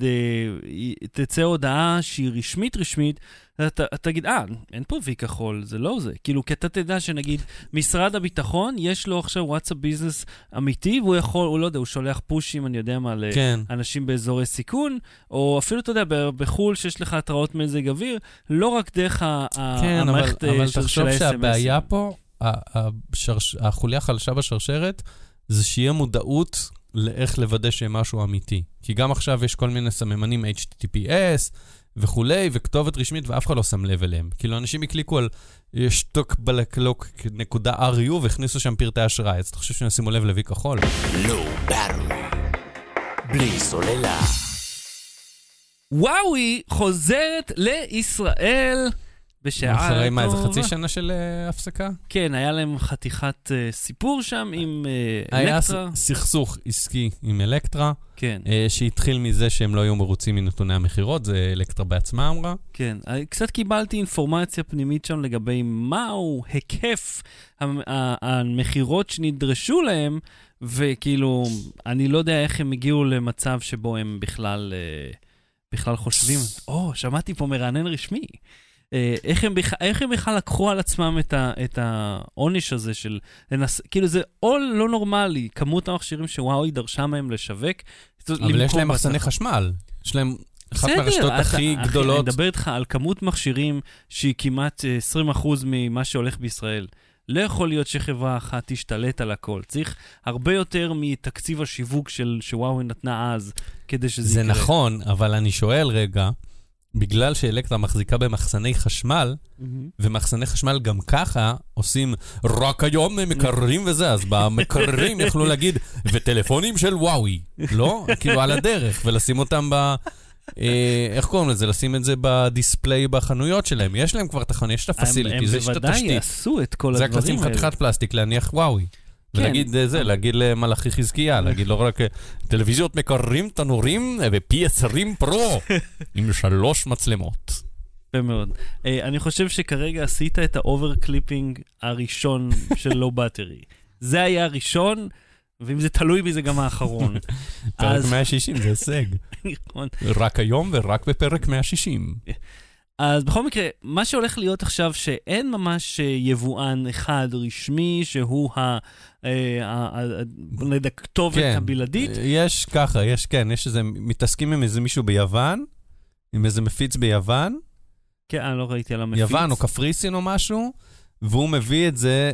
תצא הודעה שהיא רשמית רשמית, אתה תגיד, אה, אין פה וי כחול, זה לא זה. כאילו, כי אתה תדע שנגיד, משרד הביטחון, יש לו עכשיו וואטסאפ ביזנס אמיתי, והוא יכול, הוא לא יודע, הוא שולח פושים, אני יודע מה, לאנשים באזורי סיכון, או אפילו, אתה יודע, בחול שיש לך התראות מזג אוויר, לא רק דרך המערכת של ה-אס אם אס. אבל תחשוב שהבעיה פה, החוליה החלשה בשרשרת, זה שיהיה מודעות לאיך לוודא שמשהו אמיתי. כי גם עכשיו יש כל מיני סממנים אייץ' טי טי פי אס, וכולי, וכתובת רשמית, ואף אחד לא שם לב אליהם. כאילו, אנשים יקליקו על שטוק בלקלוק נקודה אר יו, והכניסו שם פרטי אשראי. אז אתה חושב שנשימו לב לוי כחול? לא באטרי. בלי סוללה. וואוי חוזרת לישראל בשעה... אחרי מה, איזה חצי שנה של uh, הפסקה? כן, היה להם חתיכת uh, סיפור שם עם uh, היה אלקטרה. היה סכסוך עסקי עם אלקטרה, כן. uh, שהתחיל מזה שהם לא היו מרוצים מנתוני המחירות, זה אלקטרה בעצמה אמרה. כן, קצת קיבלתי אינפורמציה פנימית שם לגבי מהו היקף המחירות שנדרשו להם, וכאילו, אני לא יודע איך הם הגיעו למצב שבו הם בכלל, uh, בכלל חושבים. או, oh, שמעתי פה מרענן רשמי. איך הם, בכ... איך הם בכלל לקחו על עצמם את, ה... את העונש הזה של... לנס... כאילו זה עול לא נורמלי, כמות המכשירים שוואוי דרשה מהם לשווק. אבל יש להם מחסני חשמל. יש להם אחת מהרשתות הכי גדולות. אני מדבר איתך על כמות מכשירים שהיא כמעט עשרים אחוז ממה שהולך בישראל. לא יכול להיות שחברה אחת תשתלט על הכל. צריך הרבה יותר מתקציב השיווק של שוואוי נתנה אז, כדי שזה זה יקרה. זה נכון, אבל אני שואל רגע, בגלל שאלקטרה מחזיקה במחסני חשמל, mm-hmm. ומחסני חשמל גם ככה עושים רק היום מקררים וזה, אז במקררים יכלו להגיד, וטלפונים של וואוי, לא? כאילו על הדרך, ולשים אותם ב... אה, איך קוראים לזה? לשים את זה בדיספליי בחנויות שלהם. יש להם כבר תחנה, יש את הפסיליטי, זה יש את התשתית. הם בוודאי יעשו את כל הדברים האלה. זה רק לשים חתיכת פלסטיק, להניח וואוי. ולהגיד זה, להגיד למלאכי חזקיה, להגיד לא רק טלוויזיות מקררים, תנורים ופי עשרים פרו עם שלוש מצלמות. במאוד. אני חושב שכרגע עשית את האוברקליפינג הראשון של לואו באטרי. זה היה הראשון, ואם זה תלוי בי זה גם האחרון. פרק מאה שישים זה הישג. רק היום ורק בפרק מאה שישים. אז בכל מקרה, מה שהולך להיות עכשיו שאין ממש יבואן אחד רשמי שהוא הכתובת הבלעדית. יש ככה, יש כן, יש איזה, מתעסקים עם איזה מישהו ביוון, עם איזה מפיץ ביוון. כן, אני לא ראיתי על המפיץ. יוון או קפריסין או משהו, והוא מביא את זה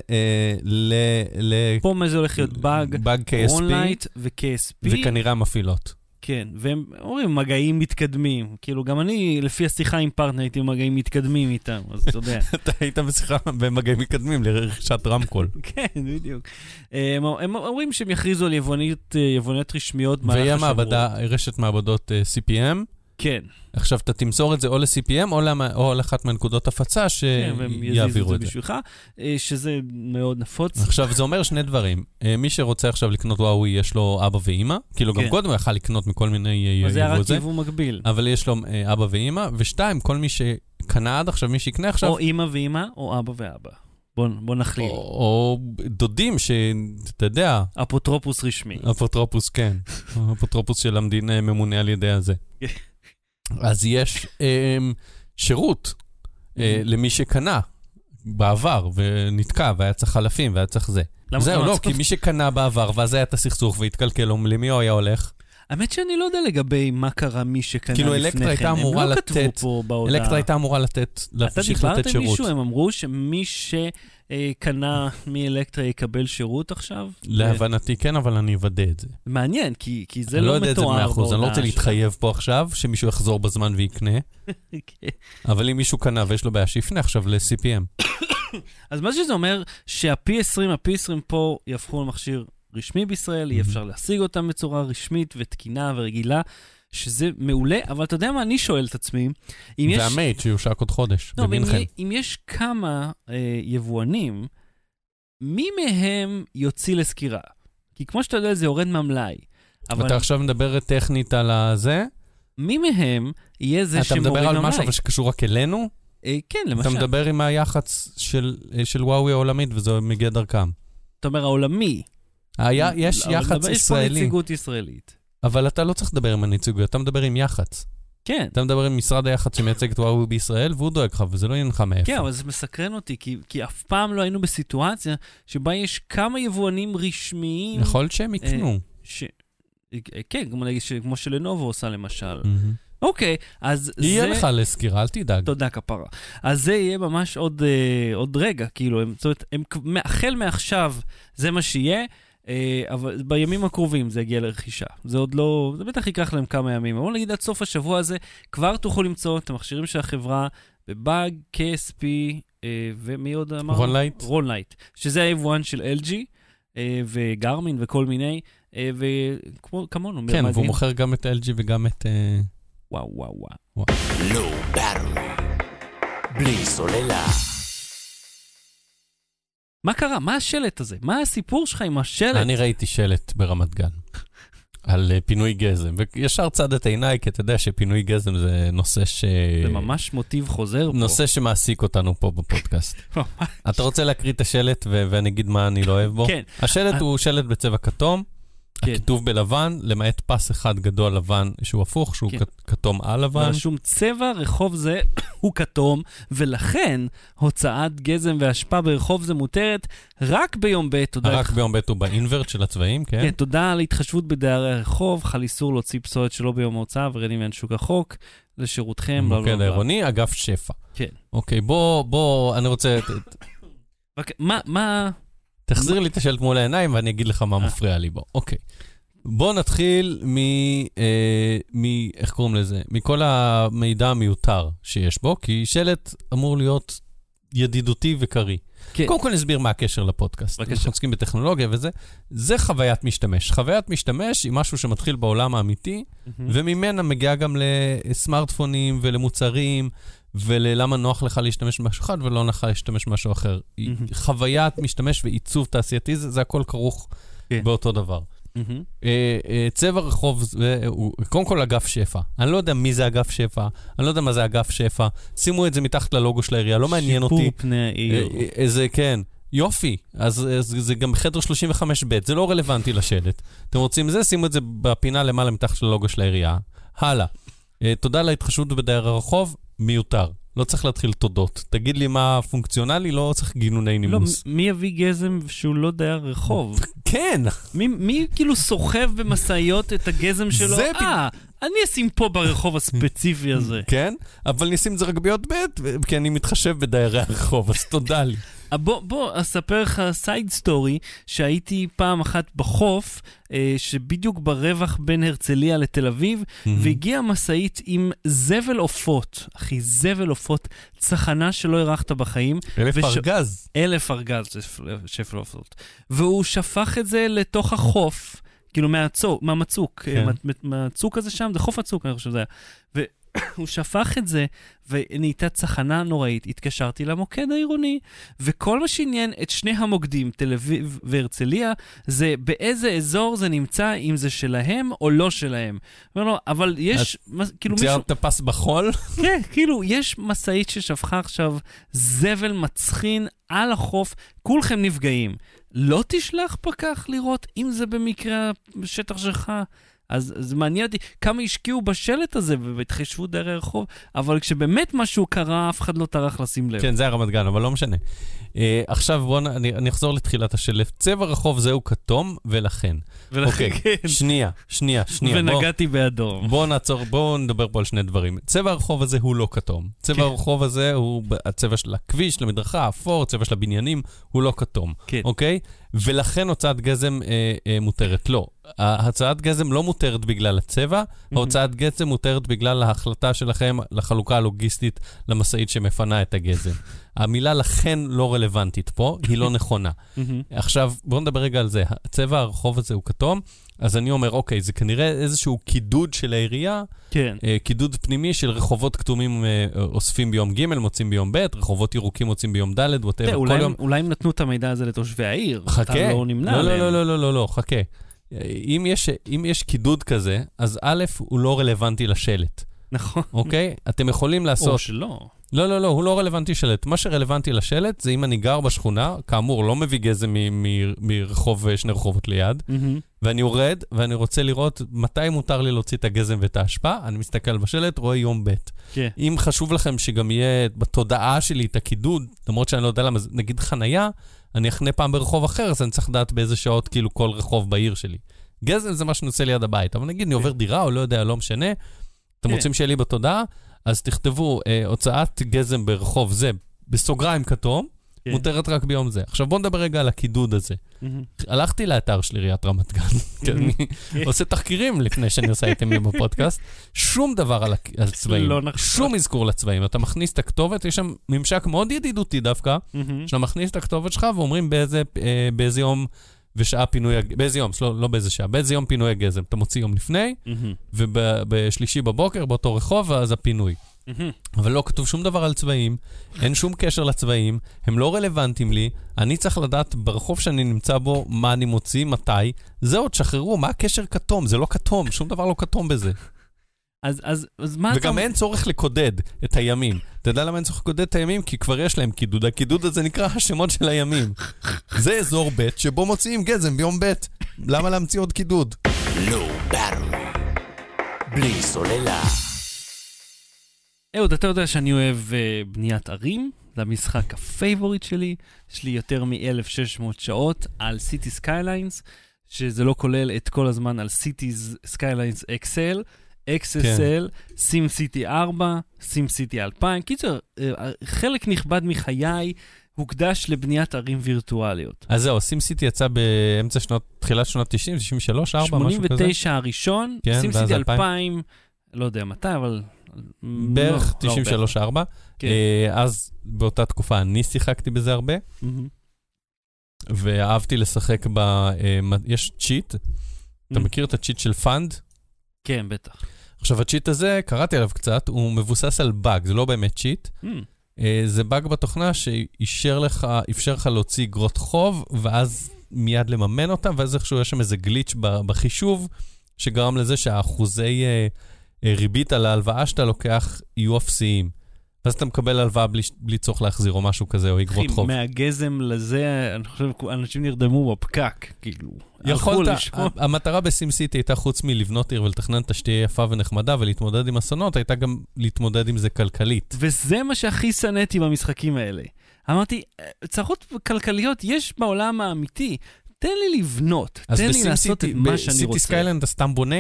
ל... פה מה זה הולך להיות? באג, באג K S P, רונלייט ו-K S P. וכנראה המפעילות. כן, והם אומרים מגעים מתקדמים. כאילו, גם אני, לפי השיחה עם פרטנר, הייתי במגעים מתקדמים איתם, אז אתה יודע. אתה היית בשיחה במגעים מתקדמים לרכישת רמקול. כן, בדיוק. הם אומרים שהם יכריזו על יבואניות רשמיות מהלך השבוע. ויהיה מעבדה, רשת מעבדות סי פי אם. כן. עכשיו, אתה תמסור את זה או ל-סי פי אם, או לאחת מהנקודות הפצה שיעבירו את זה. בשבילך, שזה מאוד נפוץ. עכשיו, זה אומר שני דברים. מי שרוצה עכשיו לקנות וואוי, יש לו אבא ואמא, כאילו גם קודם הוא יכל לקנות מכל מיני... אז זה היה רק יבוא מקביל. אבל יש לו אבא ואמא, ושתיים, כל מי שקנה עד עכשיו, מי שיקנה עכשיו... או אמא ואמא, או אבא ואבא. בוא נכליל. או דודים שאתה יודע... אפוטרופוס רשמי. אפוטרופוס, כן. אפוטרופוס של המדינה ממונה על ידי הזה. אז יש אה, שירות אה, למי שקנה בעבר ונתקע והיה צריך חלפים והיה צריך זה. זהו, לא, כי מי שקנה בעבר ואז היה את הסכסוך והתקלקל, למי הוא היה הולך? האמת שאני לא יודע לגבי מה קרה מי שקנה כאילו לפני כן. אלקטרה הייתה אמורה לתת, אלקטרה הייתה אמורה לתת, להמשיך לתת שירות. אתה דיברת עם מישהו, הם אמרו שמי שקנה מאלקטרה יקבל שירות עכשיו? להבנתי כן, אבל אני אוודא את זה. מעניין, כי זה לא מתואר. אני לא יודע את זה מאה אחוז, אני לא רוצה להתחייב פה עכשיו, שמישהו יחזור בזמן ויקנה, אבל אם מישהו קנה ויש לו בעיה שיפנה עכשיו ל-סי פי אם. אז מה שזה אומר, שה-פי עשרים, ה-פי עשרים פה יהפכו למכשיר רשמי בישראל, אי אפשר להשיג אותם בצורה רשמית ותקינה ורגילה, שזה מעולה, אבל אתה יודע מה, אני שואל את עצמי, אם יש... והמייט שיושק עוד חודש, לא, אם, אם יש כמה אה, יבואנים, מי מהם יוציא לסקירה? כי כמו שאתה יודע, זה יורד מהמלאי. אבל... אתה עכשיו מדבר טכנית על הזה? מי מהם יהיה זה שמוריד מהמלאי? אתה מדבר על משהו אבל שקשור רק אלינו? אה, כן, למשל. אתה מדבר עם היח"צ של, של וואוי העולמית, וזה מגיע דרכם. אתה אומר, העולמי. היה, יש יח"צ ישראלי. יש פה נציגות ישראלית. אבל אתה לא צריך לדבר עם הנציגות, אתה מדבר עם יח"צ. כן. אתה מדבר עם משרד היח"צ שמייצג את וואוי בישראל, והוא דואג לך, וזה לא יהיה לך מאיפה. כן, אבל זה מסקרן אותי, כי, כי אף פעם לא היינו בסיטואציה שבה יש כמה יבואנים רשמיים... יכול שהם יקנו. ש... כן, כמו, נגיד, ש... כמו שלנובו עושה למשל. Mm-hmm. אוקיי, אז יהיה זה... יהיה לך לסקירה, אל תדאג. תודה כפרה. אז זה יהיה ממש עוד, אה, עוד רגע, כאילו, הם, זאת אומרת, הם, החל מעכשיו זה מה שיהיה, אבל בימים הקרובים זה יגיע לרכישה. זה עוד לא, זה בטח ייקח להם כמה ימים. בואו נגיד עד סוף השבוע הזה, כבר תוכלו למצוא את המכשירים של החברה בבאג, קיי אס פי, ומי עוד אמר? רונלייט. רונלייט, שזה היבואן של אל ג'י, וגרמין וכל מיני, וכמונו. כן, והוא מוכר גם את אל ג'י וגם את... וואו, וואו, וואו. לא באטרי, בלי סוללה. מה קרה? מה השלט הזה? מה הסיפור שלך עם השלט? אני ראיתי שלט ברמת גן, על פינוי גזם, וישר צד את עיניי, כי אתה יודע שפינוי גזם זה נושא ש... זה ממש מוטיב חוזר פה. נושא שמעסיק אותנו פה בפודקאסט. אתה רוצה להקריא את השלט ואני אגיד מה אני לא אוהב בו? כן. השלט הוא שלט בצבע כתום, הכיתוב בלבן, למעט פס אחד גדול לבן שהוא הפוך, שהוא כתום על לבן. רשום צבע רחוב זה הוא כתום, ולכן הוצאת גזם והשפעה ברחוב זה מותרת רק ביום ב'. רק ביום ב' הוא באינברט של הצבעים, כן? כן, תודה על התחשבות בדיירי הרחוב, חל איסור להוציא פסולת שלא ביום ההוצאה, ורדים מעין שוק החוק, לשירותכם. מוקד העירוני, אגף שפע. כן. אוקיי, בוא, בוא, אני רוצה... מה, מה... תחזיר לי את השלט מול העיניים ואני אגיד לך מה מפריע לי בו. אוקיי. בוא נתחיל מ... מ... איך קוראים לזה? מכל המידע המיותר שיש בו, כי שלט אמור להיות ידידותי וקרי. כן. קודם כל נסביר מה הקשר לפודקאסט. אנחנו עוסקים בטכנולוגיה וזה. זה חוויית משתמש. חוויית משתמש היא משהו שמתחיל בעולם האמיתי, mm-hmm. וממנה מגיע גם לסמארטפונים ולמוצרים, וללמה נוח לך להשתמש במשהו אחד ולא נוח לך להשתמש במשהו אחר. Mm-hmm. חוויית משתמש ועיצוב תעשייתי, זה, זה הכל כרוך כן. באותו דבר. Mm-hmm. צבע רחוב, קודם כל אגף שפע. אני לא יודע מי זה אגף שפע, אני לא יודע מה זה אגף שפע. שימו את זה מתחת ללוגו של העירייה, לא מעניין אותי. שיפור פני העיר. איזה, כן. יופי, אז, אז זה גם בחדר שלושים וחמש ב', זה לא רלוונטי לשלט. אתם רוצים זה, שימו את זה בפינה למעלה מתחת של הלוגו של העירייה. הלאה. תודה להתחשבות בדייר הרחוב, מיותר. לא צריך להתחיל תודות. תגיד לי מה פונקציונלי, לא צריך גינוני נימוס. לא, מי יביא גזם שהוא לא דייר רחוב? כן. מי, מי כאילו סוחב במסעיות את הגזם שלו? אה, אני אשים פה ברחוב הספציפי הזה. כן, אבל אני אשים את זה רק ביוד בית, כי אני מתחשב בדיירי הרחוב, אז תודה לי. בוא, בוא, אספר לך סייד סטורי, שהייתי פעם אחת בחוף, אה, שבדיוק ברווח בין הרצליה לתל אביב, והגיעה מסעית עם זבל עופות, אחי, זבל עופות, צחנה שלא הרחת בחיים. אלף וש... ארגז. אלף ארגז, שפל עופות. והוא שפך את זה לתוך החוף, כאילו מהצוק, מהמצוק, כן. מה, מהצוק הזה שם, זה חוף הצוק, אני חושב שזה היה. והוא שפך את זה, ונהייתה צחנה נוראית. התקשרתי למוקד העירוני, וכל מה שעניין את שני המוקדים, תל אביב והרצליה, זה באיזה אזור זה נמצא, אם זה שלהם או לא שלהם. לא, אבל יש, כאילו מישהו... ציירת פס בחול? כן, כאילו, יש מסעית ששפכה עכשיו זבל מצחין על החוף, כולכם נפגעים. לא תשלח פקח לראות אם זה במקרה שטח שלך. אז זה מעניין אותי כמה השקיעו בשלט הזה ובהתחשבות דרי הרחוב, אבל כשבאמת משהו קרה, אף אחד לא טרח לשים לב. כן, זה הרמת גן, אבל לא משנה. Uh, עכשיו בואו, אני, אני אחזור לתחילת השלט. צבע רחוב זהו כתום, ולכן. ולכן, okay, כן. שנייה, שנייה, שנייה. ונגעתי בוא, באדום. בואו נעצור, בואו נדבר פה על שני דברים. צבע הרחוב הזה הוא לא כתום. צבע כן. הרחוב הזה הוא הצבע של הכביש, למדרכה, האפור, צבע של הבניינים, הוא לא כתום. כן. אוקיי? ולכן הוצאת גזם אה, אה, מותרת. לא. ההוצאת גזם לא מותרת בגלל הצבע, mm-hmm. ההוצאת גזם מותרת בגלל ההחלטה שלכם לחלוקה הלוגיסטית למסעית שמפנה את הגזם. המילה לכן לא רלוונטית פה, היא לא נכונה. Mm-hmm. עכשיו, בואו נדבר רגע על זה. הצבע הרחוב הזה הוא כתום, אז אני אומר, אוקיי, זה כנראה איזשהו קידוד של העירייה, כן. אה, קידוד פנימי של רחובות כתומים אה, אוספים ביום ג' מוצאים ביום ב', רחובות ירוקים מוצאים ביום ד', whatever, אולי, כל יום... אולי הם נתנו את המידע הזה לתושבי העיר, חכה. אתה לא נמנע לא, עליהם. לא, לא, לא, לא, לא, חכה. אם יש, אם יש קידוד כזה, אז א', הוא לא רלוונטי לשלט. נכון. אוקיי? אתם יכולים לעשות... או שלא. לא, לא, לא, הוא לא רלוונטי שלט. מה שרלוונטי לשלט זה אם אני גר בשכונה, כאמור, לא מביא גזם מרחוב, שני רחובות ליד, ואני יורד, ואני רוצה לראות מתי מותר לי להוציא את הגזם ואת ההשפעה, אני מסתכל בשלט, רואה יום ב'. אם חשוב לכם שגם יהיה בתודעה שלי את הקידוד, למרות שאני לא יודע למה, נגיד חנייה, אני אחנה פעם ברחוב אחר, אז אני צריך לדעת באיזה שעות כאילו כל רחוב בעיר שלי. גזם זה מה שנוצא ליד הבית, אבל נגיד אני עובר דירה או לא יודע, לא משנה, אתם רוצים שיהיה לי בתודעה, אז תכתבו אה, הוצאת גזם ברחוב זה, בסוגריים כתום, כן. מותרת רק ביום זה. עכשיו בואו נדבר רגע על הקידוד הזה. Mm-hmm. הלכתי לאתר של עיריית רמת גן, mm-hmm. כי אני okay. עושה תחקירים לפני שאני עושה איתם בפודקאסט, שום דבר על הצבעים, לא שום אזכור לצבעים. אתה מכניס את הכתובת, יש שם ממשק מאוד ידידותי דווקא, mm-hmm. שאתה מכניס את הכתובת שלך ואומרים באיזה, אה, באיזה יום ושעה פינוי, באיזה יום, לא, לא באיזה שעה, באיזה יום פינוי הגזם. אתה מוציא יום לפני, mm-hmm. ובשלישי בבוקר, באותו רחוב, אז הפינוי. Mm-hmm. אבל לא כתוב שום דבר על צבעים, אין שום קשר לצבעים, הם לא רלוונטיים לי, אני צריך לדעת ברחוב שאני נמצא בו, מה אני מוציא, מתי, זהו, תשחררו, מה הקשר כתום? זה לא כתום, שום דבר לא כתום בזה. אז, אז, אז מה וגם אתה... אין צורך לקודד את הימים. אתה יודע למה אין צורך לקודד את הימים? כי כבר יש להם קידוד. הקידוד הזה נקרא השמות של הימים. זה אזור ב' שבו מוציאים גזם ביום ב'. למה להמציא עוד קידוד? לא ברור. בלי סוללה. אהוד, אתה יודע שאני אוהב uh, בניית ערים? זה המשחק הפייבוריט שלי. יש לי יותר מ-אלף ושש מאות שעות על City Skylines, שזה לא כולל את כל הזמן על Cities Skylines Excel. אקס אס אל, סים סיטי ארבע, סים סיטי אלפיים. קיצר, חלק נכבד מחיי הוקדש לבניית ערים וירטואליות. אז זהו, סים סיטי יצא באמצע שנות, תחילת שנות תשעים, תשעים ושלוש, ארבע, משהו כזה? שמונים ותשע הראשון, סים סיטי אלפיים, לא יודע מתי, אבל... בערך תשעים ושלוש ארבע. אז באותה תקופה אני שיחקתי בזה הרבה, ואהבתי לשחק ב... יש צ'יט, אתה מכיר את הצ'יט של פאנד? כן, בטח. עכשיו, הצ'יט הזה, קראתי עליו קצת, הוא מבוסס על באג, זה לא באמת צ'יט. Mm. זה באג בתוכנה שאישר לך, אפשר לך להוציא גרות חוב, ואז מיד לממן אותם, ואז איכשהו יש שם איזה גליץ' בחישוב, שגרם לזה שהאחוזי ריבית על ההלוואה שאתה לוקח יהיו אפסיים. ואז אתה מקבל הלוואה בלי, בלי צורך להחזיר או משהו כזה, או אגרות חוב. מהגזם לזה, אני חושב, אנשים נרדמו בפקק, כאילו. יכולת, המטרה בסים סיטי הייתה חוץ מלבנות עיר ולתכנן תשתיה יפה ונחמדה ולהתמודד עם אסונות, הייתה גם להתמודד עם זה כלכלית. וזה מה שהכי שנאתי במשחקים האלה. אמרתי, צרות כלכליות יש בעולם האמיתי, תן לי לבנות, תן לי לעשות את מה שאני רוצה. אז בסיטי סקיילנד אתה סתם בונה?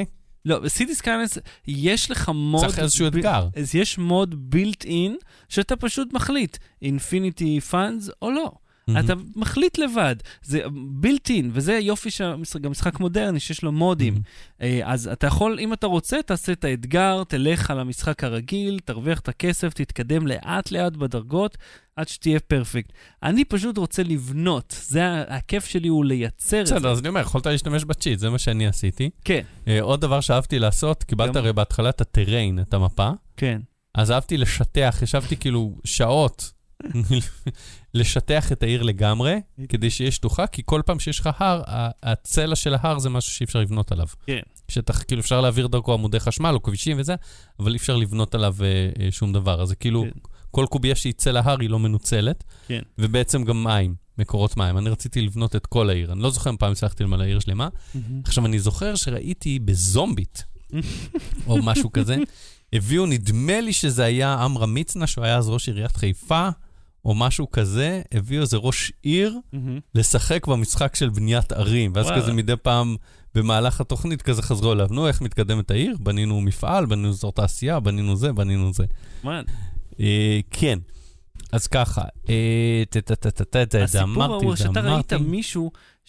לא, בסיטי סקיילנס יש לך מוד... צריך איזשהו אתגר. אז יש מוד built in, שאתה פשוט מחליט, Infinity Funds או לא. אתה מחליט לבד, זה built in, וזה יופי גם משחק מודרני שיש לו מודים. אז אתה יכול, אם אתה רוצה, תעשה את האתגר, תלך על המשחק הרגיל, תרוויח את הכסף, תתקדם לאט לאט בדרגות, עד שתהיה פרפקט. אני פשוט רוצה לבנות, זה הכיף שלי הוא לייצר את זה. בסדר, אז אני אומר, יכולת להשתמש בצ'יט, זה מה שאני עשיתי. כן. עוד דבר שאהבתי לעשות, קיבלת הרי בהתחלה את הטריין, את המפה. כן. אז אהבתי לשטח, ישבתי כאילו שעות לשטח את העיר לגמרי, כדי שיהיה שטוחה, כי כל פעם שיש לך הר, הצלע של ההר זה משהו שאי אפשר לבנות עליו. כן. שטח, כאילו אפשר להעביר דרכו עמודי חשמל או כבישים וזה, אבל אי אפשר לבנות עליו אה, שום דבר. אז זה כאילו, כן. כל קובייה שיצא להר היא לא מנוצלת, כן. ובעצם גם מים, מקורות מים. אני רציתי לבנות את כל העיר. אני לא זוכר פעם הצלחתי למלא העיר שלמה. Mm-hmm. עכשיו, אני זוכר שראיתי בזומבית, או משהו כזה, הביאו, נדמה לי שזה היה עמרם מצנע, שהוא היה אז ראש עיריית חיפה, או משהו כזה, הביאו איזה ראש עיר mm-hmm. לשחק במשחק של בניית ערים, ואז כזה מדי פעם במהלך התוכנית כזה חזרו אליו, נו, איך מתקדמת העיר? בנינו מפעל, בנינו אזור תעשייה, בנינו זה, בנינו זה. מה? כן. אז ככה, הסיפור הוא שאתה ראית מישהו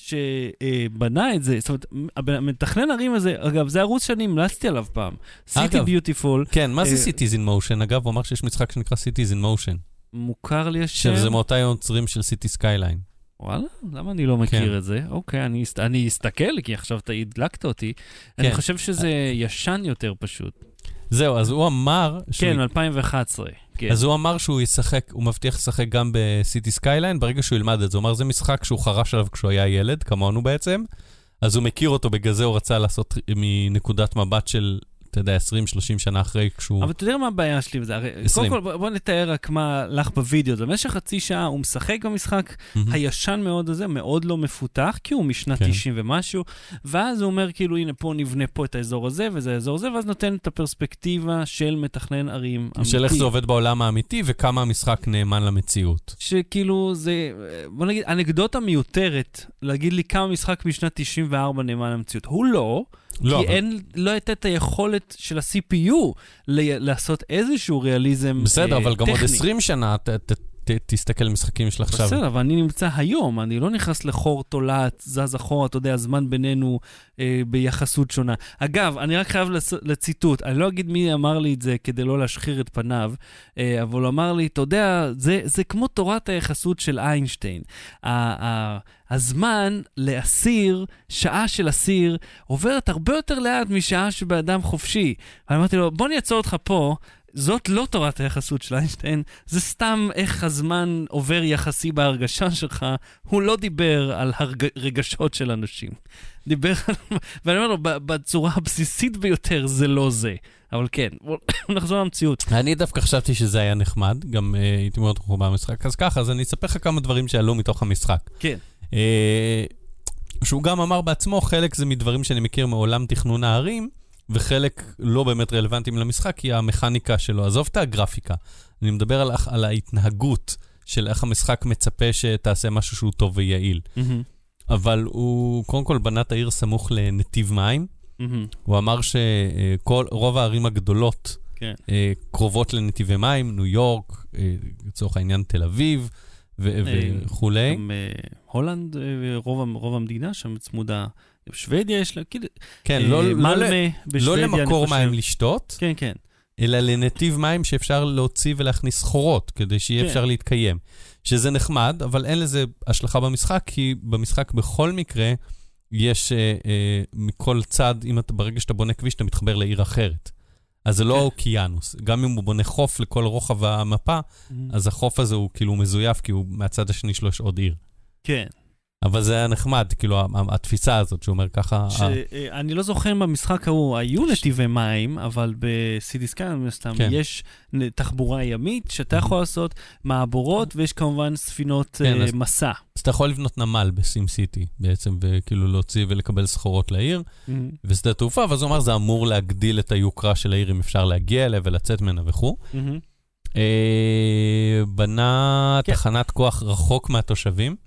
שבנה את זה, זאת אומרת, המתכנן ערים הזה, אגב, זה ערוץ שאני המלצתי עליו פעם, City Beautiful. כן, מה זה Cities in Motion? אגב, הוא אמר שיש משחק שנקרא Cities in Motion. מוכר לי השם. שזה מאותה יוצרים של סיטי סקייליין. וואלה, למה אני לא מכיר כן. את זה? אוקיי, אני, אני אסתכל, כי עכשיו אתה הדלקת אותי. כן. אני חושב שזה ישן יותר פשוט. זהו, אז הוא אמר... כן, אלפיים ואחת עשרה. כן. אז הוא אמר שהוא ישחק, הוא מבטיח לשחק גם בסיטי סקייליין, ברגע שהוא ילמד את זה. הוא אמר, זה משחק שהוא חרש עליו כשהוא היה ילד, כמונו בעצם, אז הוא מכיר אותו, בגלל זה הוא רצה לעשות מנקודת מבט של... אתה יודע, עשרים שלושים שנה אחרי כשהוא... אבל אתה יודע מה הבעיה שלי בזה? קודם כל, בוא נתאר רק מה לך בווידאו. זה במשך חצי שעה הוא משחק במשחק הישן מאוד הזה, מאוד לא מפותח, כי הוא משנת תשעים ומשהו, ואז הוא אומר כאילו, הנה פה נבנה פה את האזור הזה, וזה האזור הזה, ואז נותן את הפרספקטיבה של מתכנן ערים אמיתי. של איך זה עובד בעולם האמיתי, וכמה המשחק נאמן למציאות. שכאילו זה, בוא נגיד, אנקדוטה מיותרת, להגיד לי כמה משחק משנת תשעים וארבע נאמן למציאות. הוא לא... לא, כי אבל... אין, לא הייתה את היכולת של ה-סי פי יו ל- לעשות איזשהו ריאליזם בסדר, אה, אבל גם טכני. עוד עשרים שנה ת, ת, ת, תסתכל למשחקים של עכשיו. בסדר, אבל אני נמצא היום, אני לא נכנס לחור תולעת, זז אחורה, אתה יודע, הזמן בינינו אה, ביחסות שונה. אגב, אני רק חייב לצ... לציטוט, אני לא אגיד מי אמר לי את זה כדי לא להשחיר את פניו, אה, אבל הוא אמר לי, אתה יודע, זה, זה כמו תורת היחסות של איינשטיין. ה- ה- הזמן לאסיר, שעה של אסיר, עוברת הרבה יותר לאט משעה שבאדם חופשי. ואני אמרתי לו, בוא נעצור אותך פה, זאת לא תורת היחסות של איינשטיין, זה סתם איך הזמן עובר יחסי בהרגשה שלך, הוא לא דיבר על הרגשות של אנשים. דיבר על... ואני אומר לו, בצורה הבסיסית ביותר זה לא זה. אבל כן, נחזור למציאות. אני דווקא חשבתי שזה היה נחמד, גם הייתי מאוד חובה במשחק, אז ככה, אז אני אספר לך כמה דברים שעלו מתוך המשחק. כן. שהוא גם אמר בעצמו, חלק זה מדברים שאני מכיר מעולם תכנון הערים, וחלק לא באמת רלוונטיים למשחק, כי המכניקה שלו, עזוב את הגרפיקה, אני מדבר על, על ההתנהגות של איך המשחק מצפה שתעשה משהו שהוא טוב ויעיל. Mm-hmm. אבל הוא קודם כל בנה את העיר סמוך לנתיב מים, mm-hmm. הוא אמר שרוב הערים הגדולות כן. קרובות לנתיבי מים, ניו יורק, לצורך העניין תל אביב, וכולי. גם הולנד, רוב המדינה שם צמודה, שוודיה יש לה, כן, לא למקור מים לשתות, כן, כן. אלא לנתיב מים שאפשר להוציא ולהכניס סחורות, כדי שיהיה אפשר להתקיים. שזה נחמד, אבל אין לזה השלכה במשחק, כי במשחק בכל מקרה, יש מכל צד, ברגע שאתה בונה כביש, אתה מתחבר לעיר אחרת. אז זה לא אוקיינוס. גם אם הוא בונה חוף לכל רוחב המפה, אז החוף הזה הוא כאילו מזויף, כי הוא מהצד השני שלו יש עוד עיר. כן. אבל זה היה נחמד, כאילו, התפיסה הזאת שאומר ככה... אני לא זוכר במשחק ההוא, היו נתיבי מים, אבל בסיטי סקייליין, יש תחבורה ימית, שאתה יכול לעשות מעבורות, ויש כמובן ספינות מסע. אז אתה יכול לבנות נמל בסים סיטי, בעצם, וכאילו להוציא ולקבל סחורות לעיר, ושדה תעופה, ואז הוא אומר, זה אמור להגדיל את היוקרה של העיר, אם אפשר להגיע אליה ולצאת ממנה וכו'. בנה תחנת כוח רחוק מהתושבים,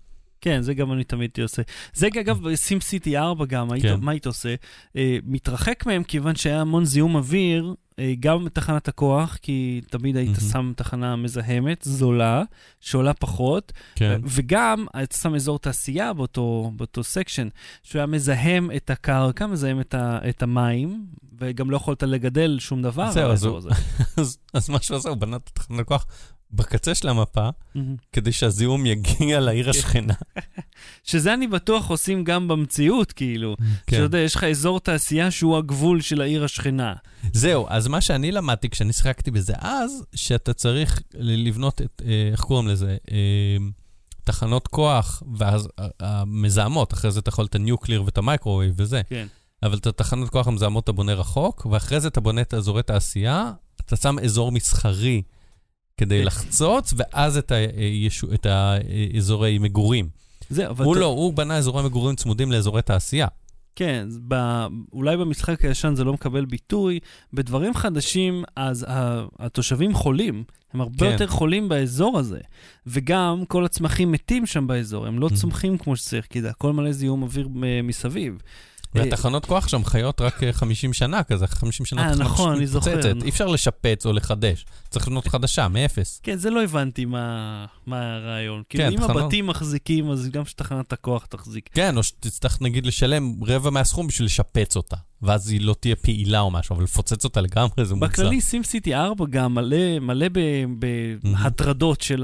כן, זה גם אני תמיד עושה. זה אגב, סים סיטי ארבע גם, מה היית עושה? מתרחק מהם כיוון שהיה המון זיהום אוויר, גם בתחנת הכוח, כי תמיד היית שם תחנה מזהמת, זולה, שעולה פחות, וגם היית שם אזור תעשייה באותו סקשן, שהוא היה מזהם את הקרקע, מזהם את המים, וגם לא יכולת לגדל שום דבר. זהו, אז מה שהוא עושה, הוא בנה את תחנת הכוח בקצה של המפה, כדי שהזיהום יגיע לעיר השכנה. שזה אני בטוח עושים גם במציאות, כאילו. שאתה יודע, יש לך אזור תעשייה שהוא הגבול של העיר השכנה. זהו, אז מה שאני למדתי כשאני שחקתי בזה אז, שאתה צריך לבנות את, איך קוראים לזה, תחנות כוח, ואז המזהמות, אחרי זה אתה יכול את הניוקליר ואת המייקרווייב וזה. כן. אבל את התחנות כוח המזהמות אתה בונה רחוק, ואחרי זה אתה בונה את אזורי תעשייה, אתה שם אזור מסחרי, כדי לחצוץ, ואז את, הישו, את האזורי מגורים. זה, אבל הוא אתה... לא, הוא בנה אזורי מגורים צמודים לאזורי תעשייה. כן, ב... אולי במשחק הישן זה לא מקבל ביטוי, בדברים חדשים, אז התושבים חולים, הם הרבה כן. יותר חולים באזור הזה, וגם כל הצמחים מתים שם באזור, הם לא צומחים כמו שצריך, כי זה הכל מלא זיהום אוויר מסביב. והתחנות כוח שם חיות רק חמישים שנה כזה, חמישים שנה תחנות נכון, אני זוכר. אי אפשר לשפץ או לחדש, צריך לבנות חדשה, מאפס. כן, זה לא הבנתי מה הרעיון. כאילו, אם הבתים מחזיקים, אז גם שתחנת הכוח תחזיק. כן, או שתצטרך נגיד לשלם רבע מהסכום בשביל לשפץ אותה, ואז היא לא תהיה פעילה או משהו, אבל לפוצץ אותה לגמרי זה מוצא. בכללי, סים סיטי ארבע גם מלא בהטרדות של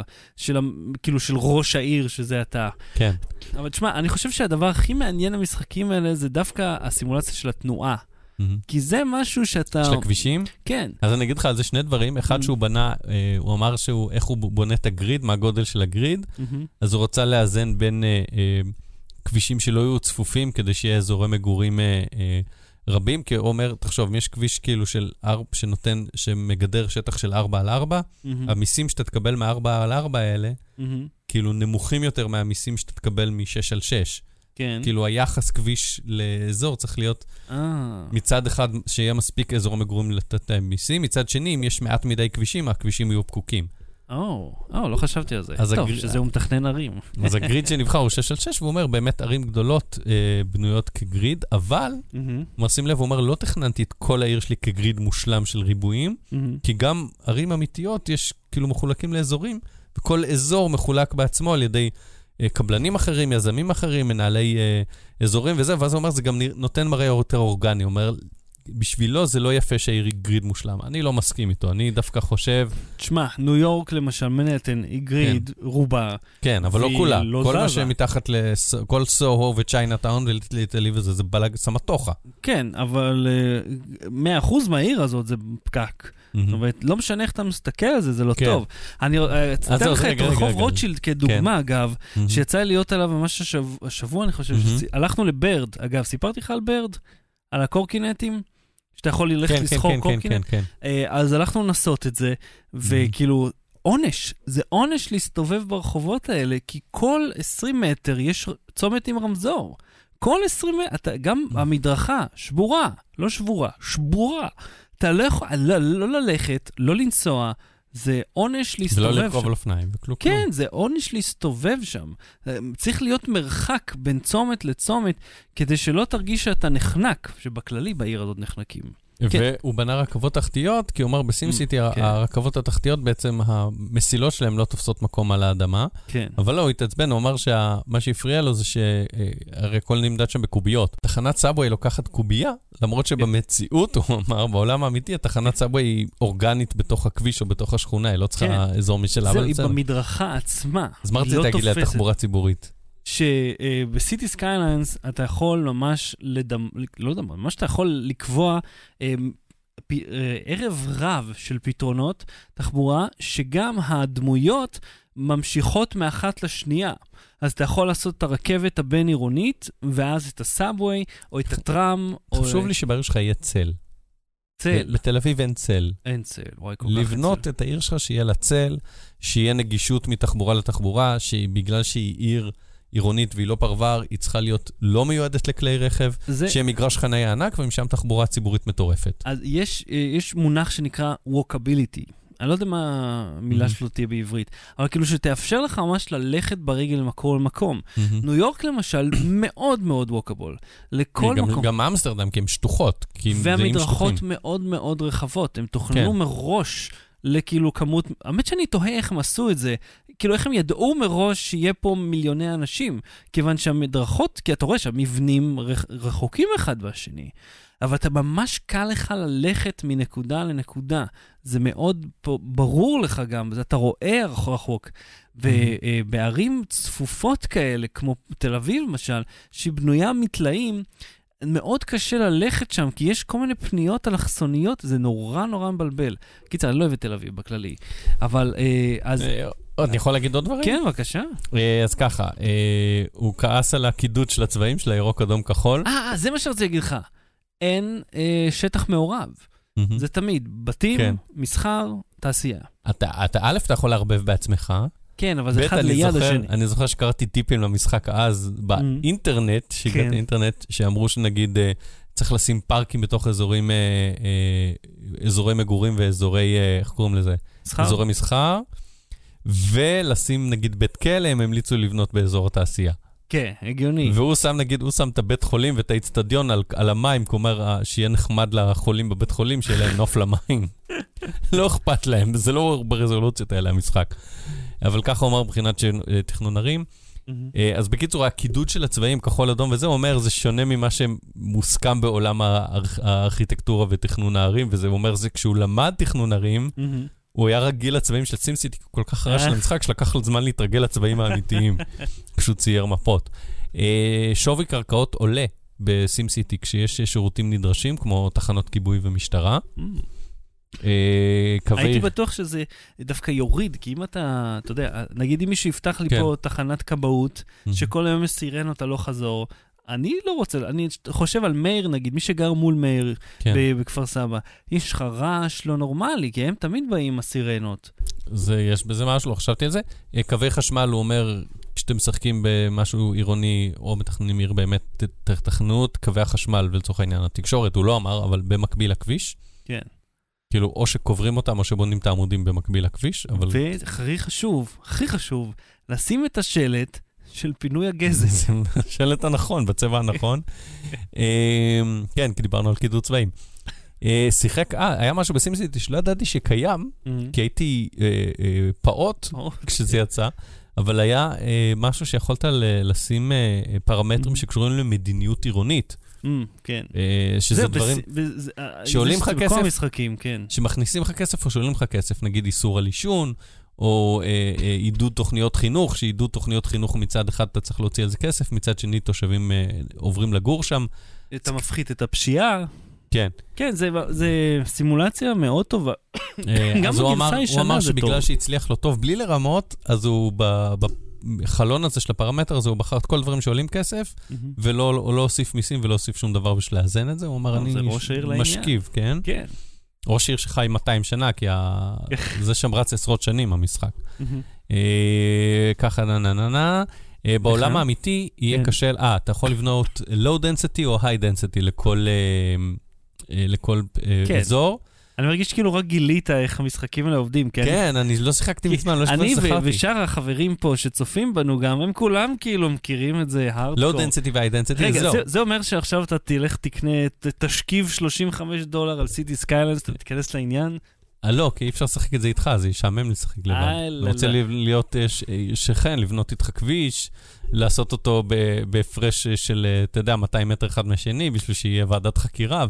כאילו של ראש העיר, שזה אתה. כן. אבל תשמע, אני חושב שהדבר הכי מעניין במשחקים האלה זה דווקא הסימולציה של התנועה. כי זה משהו שאתה... של הכבישים? כן. אז אני אגיד לך על זה שני דברים. אחד שהוא בנה, הוא אמר שהוא, איך הוא בונה את הגריד, מה הגודל של הגריד, אז הוא רוצה לאזן בין כבישים שלא יהיו צפופים, כדי שיהיה אזורי מגורים רבים, כי הוא אומר, תחשוב, אם יש כביש כאילו של ארבע, שנותן, שמגדר שטח של ארבע על ארבע, המיסים שאתה תקבל מה-ארבע על ארבע האלה, כאילו נמוכים יותר מהמיסים שאתה תקבל מ-שש על שש. כן. כאילו היחס כביש לאזור צריך להיות מצד אחד שיהיה מספיק אזור מגורים לתת מיסים, מצד שני, אם יש מעט מדי כבישים, הכבישים יהיו פקוקים. או, לא חשבתי על זה. טוב, שזה הוא מתכנן ערים. אז הגריד שנבחר הוא שש על שש, והוא אומר, באמת ערים גדולות בנויות כגריד, אבל, הוא שים לב, הוא אומר, לא תכננתי את כל העיר שלי כגריד מושלם של ריבועים, כי גם ערים אמיתיות יש כאילו מחולקים לאזורים, וכל אזור מחולק בעצמו על ידי קבלנים אחרים, יזמים אחרים, מנהלי אזורים וזה, ואז הוא אומר, זה גם נותן מראה יותר אורגני, הוא אומר, בשבילו זה לא יפה שהעיר היא גריד מושלם. אני לא מסכים איתו, אני דווקא חושב... תשמע, ניו יורק למשל, מנהטן, היא גריד, כן. רובה. כן, אבל לא כולה. לא כל מה שמתחת לכל סוהו וצ'יינה טאון ולטלי וזה, זה בלג סמטוחה. כן, אבל מאה אחוז מהעיר הזאת זה פקק. זאת אומרת, לא משנה איך אתה מסתכל על זה, זה לא טוב. אני אתן לך את רחוב רוטשילד כדוגמה, אגב, שיצא לי להיות עליו ממש השבוע, אני חושב, הלכנו לברד, אגב, סיפרתי לך על ברד? על הקורקינטים? שאתה יכול ללכת לסחור קורקינט? אז הלכנו לנסות את זה, וכאילו, עונש, זה עונש להסתובב ברחובות האלה, כי כל עשרים מטר יש צומת עם רמזור. כל עשרים מטר, גם המדרכה, שבורה, לא שבורה, שבורה. אתה לא יכול, לא ללכת, לא לנסוע, זה עונש להסתובב שם. ולא לרכוב על אופניים, וכלום. כן, זה עונש להסתובב שם. צריך להיות מרחק בין צומת לצומת, כדי שלא תרגיש שאתה נחנק, שבכללי בעיר הזאת נחנקים. והוא בנה רכבות תחתיות, כי הוא אומר בסים סיטי, הרכבות התחתיות בעצם המסילות שלהם לא תופסות מקום על האדמה. אבל לא, הוא התעצבן, הוא אמר שמה שהפריע לו זה שהרי הכל נמדד שם בקוביות. תחנת סאבווי לוקחת קובייה, למרות שבמציאות, הוא אמר, בעולם האמיתי, התחנת סאבווי היא אורגנית בתוך הכביש או בתוך השכונה, היא לא צריכה אזור משלה. זהו, היא במדרכה עצמה. אז מה רציתי להגיד לתחבורה ציבורית? שבסיטי סקייליינס אתה יכול ממש לדמ... לא לדמ... ממש אתה יכול לקבוע אה, פ... אה, ערב רב של פתרונות תחבורה, שגם הדמויות ממשיכות מאחת לשנייה. אז אתה יכול לעשות את הרכבת הבין-עירונית, ואז את הסאבווי, או את הטראם. חשוב או... לי שבעיר שלך יהיה צל. צל. בתל אביב אין צל. אין צל, וואי, כל כך לבנות את העיר שלך שיהיה לה צל, שיהיה נגישות מתחבורה לתחבורה, שבגלל שהיא עיר עירונית והיא לא פרבר, היא צריכה להיות לא מיועדת לכלי רכב, זה... שיהיה מגרש חניה ענק, ומשם תחבורה ציבורית מטורפת. אז יש, יש מונח שנקרא walkability. אני לא יודע מה המילה שלו תהיה בעברית, אבל כאילו שתאפשר לך ממש ללכת ברגל למקום למקום. ניו יורק למשל מאוד מאוד ווקאבול. לכל מקום. גם אמסטרדם, כי הן שטוחות. והמדרכות מאוד מאוד רחבות. הם תוכננו מראש לכאילו כמות, האמת שאני תוהה איך הם עשו את זה, כאילו איך הם ידעו מראש שיהיה פה מיליוני אנשים, כיוון שהמדרכות, כי אתה רואה שהמבנים רחוקים אחד והשני, אבל אתה ממש קל לך ללכת מנקודה לנקודה, זה מאוד ברור לך גם, אתה רואה רחוק, ובערים צפופות כאלה, כמו תל אביב למשל, שהיא בנויה מתלאים, מאוד קשה ללכת שם, כי יש כל מיני פניות אלכסוניות, זה נורא נורא מבלבל. קיצר, אני לא אוהב את תל אביב בכללי. אבל, אז... עוד, אני יכול להגיד עוד דברים? כן, בבקשה. אז ככה, הוא כעס על הקידוד של הצבעים, של הירוק, אדום, כחול. אה, זה מה שרציתי להגיד לך. אין שטח מעורב. זה תמיד בתים, מסחר, תעשייה. אתה, א', אתה יכול להרבב בעצמך, כן, אבל זה אחד ליד השני. אני זוכר שקראתי טיפים למשחק אז באינטרנט, שהגעת אינטרנט, שאמרו שנגיד צריך לשים פארקים בתוך אזורים, אזורי מגורים ואזורי, איך קוראים לזה? אזורי מסחר, ולשים נגיד בית כלא, הם המליצו לבנות באזור התעשייה. כן, הגיוני. והוא שם, נגיד, הוא שם את הבית חולים ואת האצטדיון על, על המים, כלומר, שיהיה נחמד לחולים בבית חולים, שיהיה להם נוף למים. לא אכפת להם, זה לא ברזולוציות האלה המשחק. אבל ככה הוא אמר מבחינת תכנון ערים. אז בקיצור, הקידוד של הצבעים, כחול אדום וזה, הוא אומר, זה שונה ממה שמוסכם בעולם הארכיטקטורה ותכנון הערים, וזה אומר, זה כשהוא למד תכנון ערים, הוא היה רגיל לצבעים של סימסיטי, כל כך רע של המשחק, שלקח לו זמן להתרגל לצבעים האמיתיים, כשהוא צייר מפות. שווי קרקעות עולה בסימסיטי, כשיש שירותים נדרשים, כמו תחנות כיבוי ומשטרה. הייתי בטוח שזה דווקא יוריד, כי אם אתה, אתה יודע, נגיד אם מישהו יפתח לי פה תחנת כבאות, שכל היום יש סירנות הלוך חזור, אני לא רוצה, אני חושב על מאיר, נגיד, מי שגר מול מאיר בכפר סבא, יש לך רעש לא נורמלי, כי הם תמיד באים עם הסירנות. זה, יש בזה משהו, לא חשבתי על זה. קווי חשמל, הוא אומר, כשאתם משחקים במשהו עירוני, או מתכננים עיר באמת, תכננו את קווי החשמל, ולצורך העניין התקשורת, הוא לא אמר, אבל במקביל לכביש. כן. כאילו, או שקוברים אותם, או שבונים את העמודים במקביל לכביש, אבל... והכי חשוב, הכי חשוב, לשים את השלט של פינוי הגזם. השלט הנכון, בצבע הנכון. כן, כי דיברנו על קידוד צבעים. שיחק, אה, היה משהו בסימסיטי שלא ידעתי שקיים, כי הייתי פעוט כשזה יצא, אבל היה משהו שיכולת לשים פרמטרים שקשורים למדיניות עירונית. כן. שזה דברים שעולים לך כסף, שמכניסים לך כסף או שעולים לך כסף, נגיד איסור על עישון, או עידוד תוכניות חינוך, שעידוד תוכניות חינוך מצד אחד אתה צריך להוציא על זה כסף, מצד שני תושבים עוברים לגור שם. אתה מפחית את הפשיעה. כן. כן, זה סימולציה מאוד טובה. גם בגרסה ישנה זה טוב. הוא אמר שבגלל שהצליח לו טוב בלי לרמות, אז הוא בחלון הזה של הפרמטר הזה, הוא בחר את כל הדברים שעולים כסף, ולא הוסיף מיסים ולא הוסיף שום דבר בשביל לאזן את זה. הוא אמר, אני משכיב, כן? כן. ראש עיר שחי מאתיים שנה, כי זה שם רץ עשרות שנים, המשחק. ככה, נה, נה, נה, נה. בעולם האמיתי יהיה קשה, אה, אתה יכול לבנות low density או high density לכל אזור. אני מרגיש כאילו רק גילית איך המשחקים האלה עובדים. כן, אני לא שיחקתי מזמן, לא אני ושאר החברים פה שצופים בנו גם, הם כולם כאילו מכירים את זה hardcore. low density ו-high density, רגע, זה אומר שעכשיו אתה תלך, תקנה, תשכיב שלושים וחמישה דולר על סיטי סקיילנס, אתה מתכנס לעניין? לא, כי אי אפשר לשחק את זה איתך, זה ישעמם לשחק לבד. אני רוצה להיות שכן, לבנות איתך כביש, לעשות אותו בהפרש של, אתה יודע, מאתיים מטר אחד מהשני, בשביל שיהיה ועדת חקירה.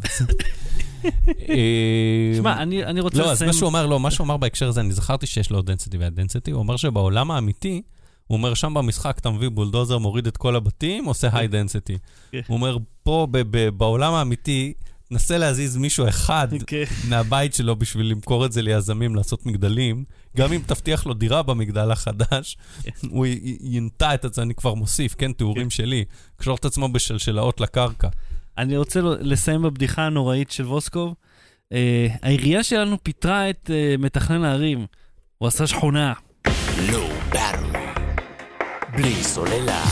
תשמע, אני רוצה לסיים... לא, אז מה שהוא אומר, לא, מה שהוא אומר בהקשר הזה, אני זכרתי שיש לו דנסיטי והדנסיטי, הוא אומר שבעולם האמיתי, הוא אומר, שם במשחק אתה מביא בולדוזר, מוריד את כל הבתים, עושה היי דנסיטי. הוא אומר, פה בעולם האמיתי, נסה להזיז מישהו אחד מהבית שלו בשביל למכור את זה ליזמים, לעשות מגדלים, גם אם תבטיח לו דירה במגדל החדש, הוא ינטע את זה, אני כבר מוסיף, כן, תיאורים שלי, קשור את עצמו בשלשלאות לקרקע. אני רוצה לסיים בבדיחה הנוראית של ווסקוב. העירייה שלנו פיתרה את מתכנן הערים, הוא עשה שכונה. לא ברור, בלי סוללה.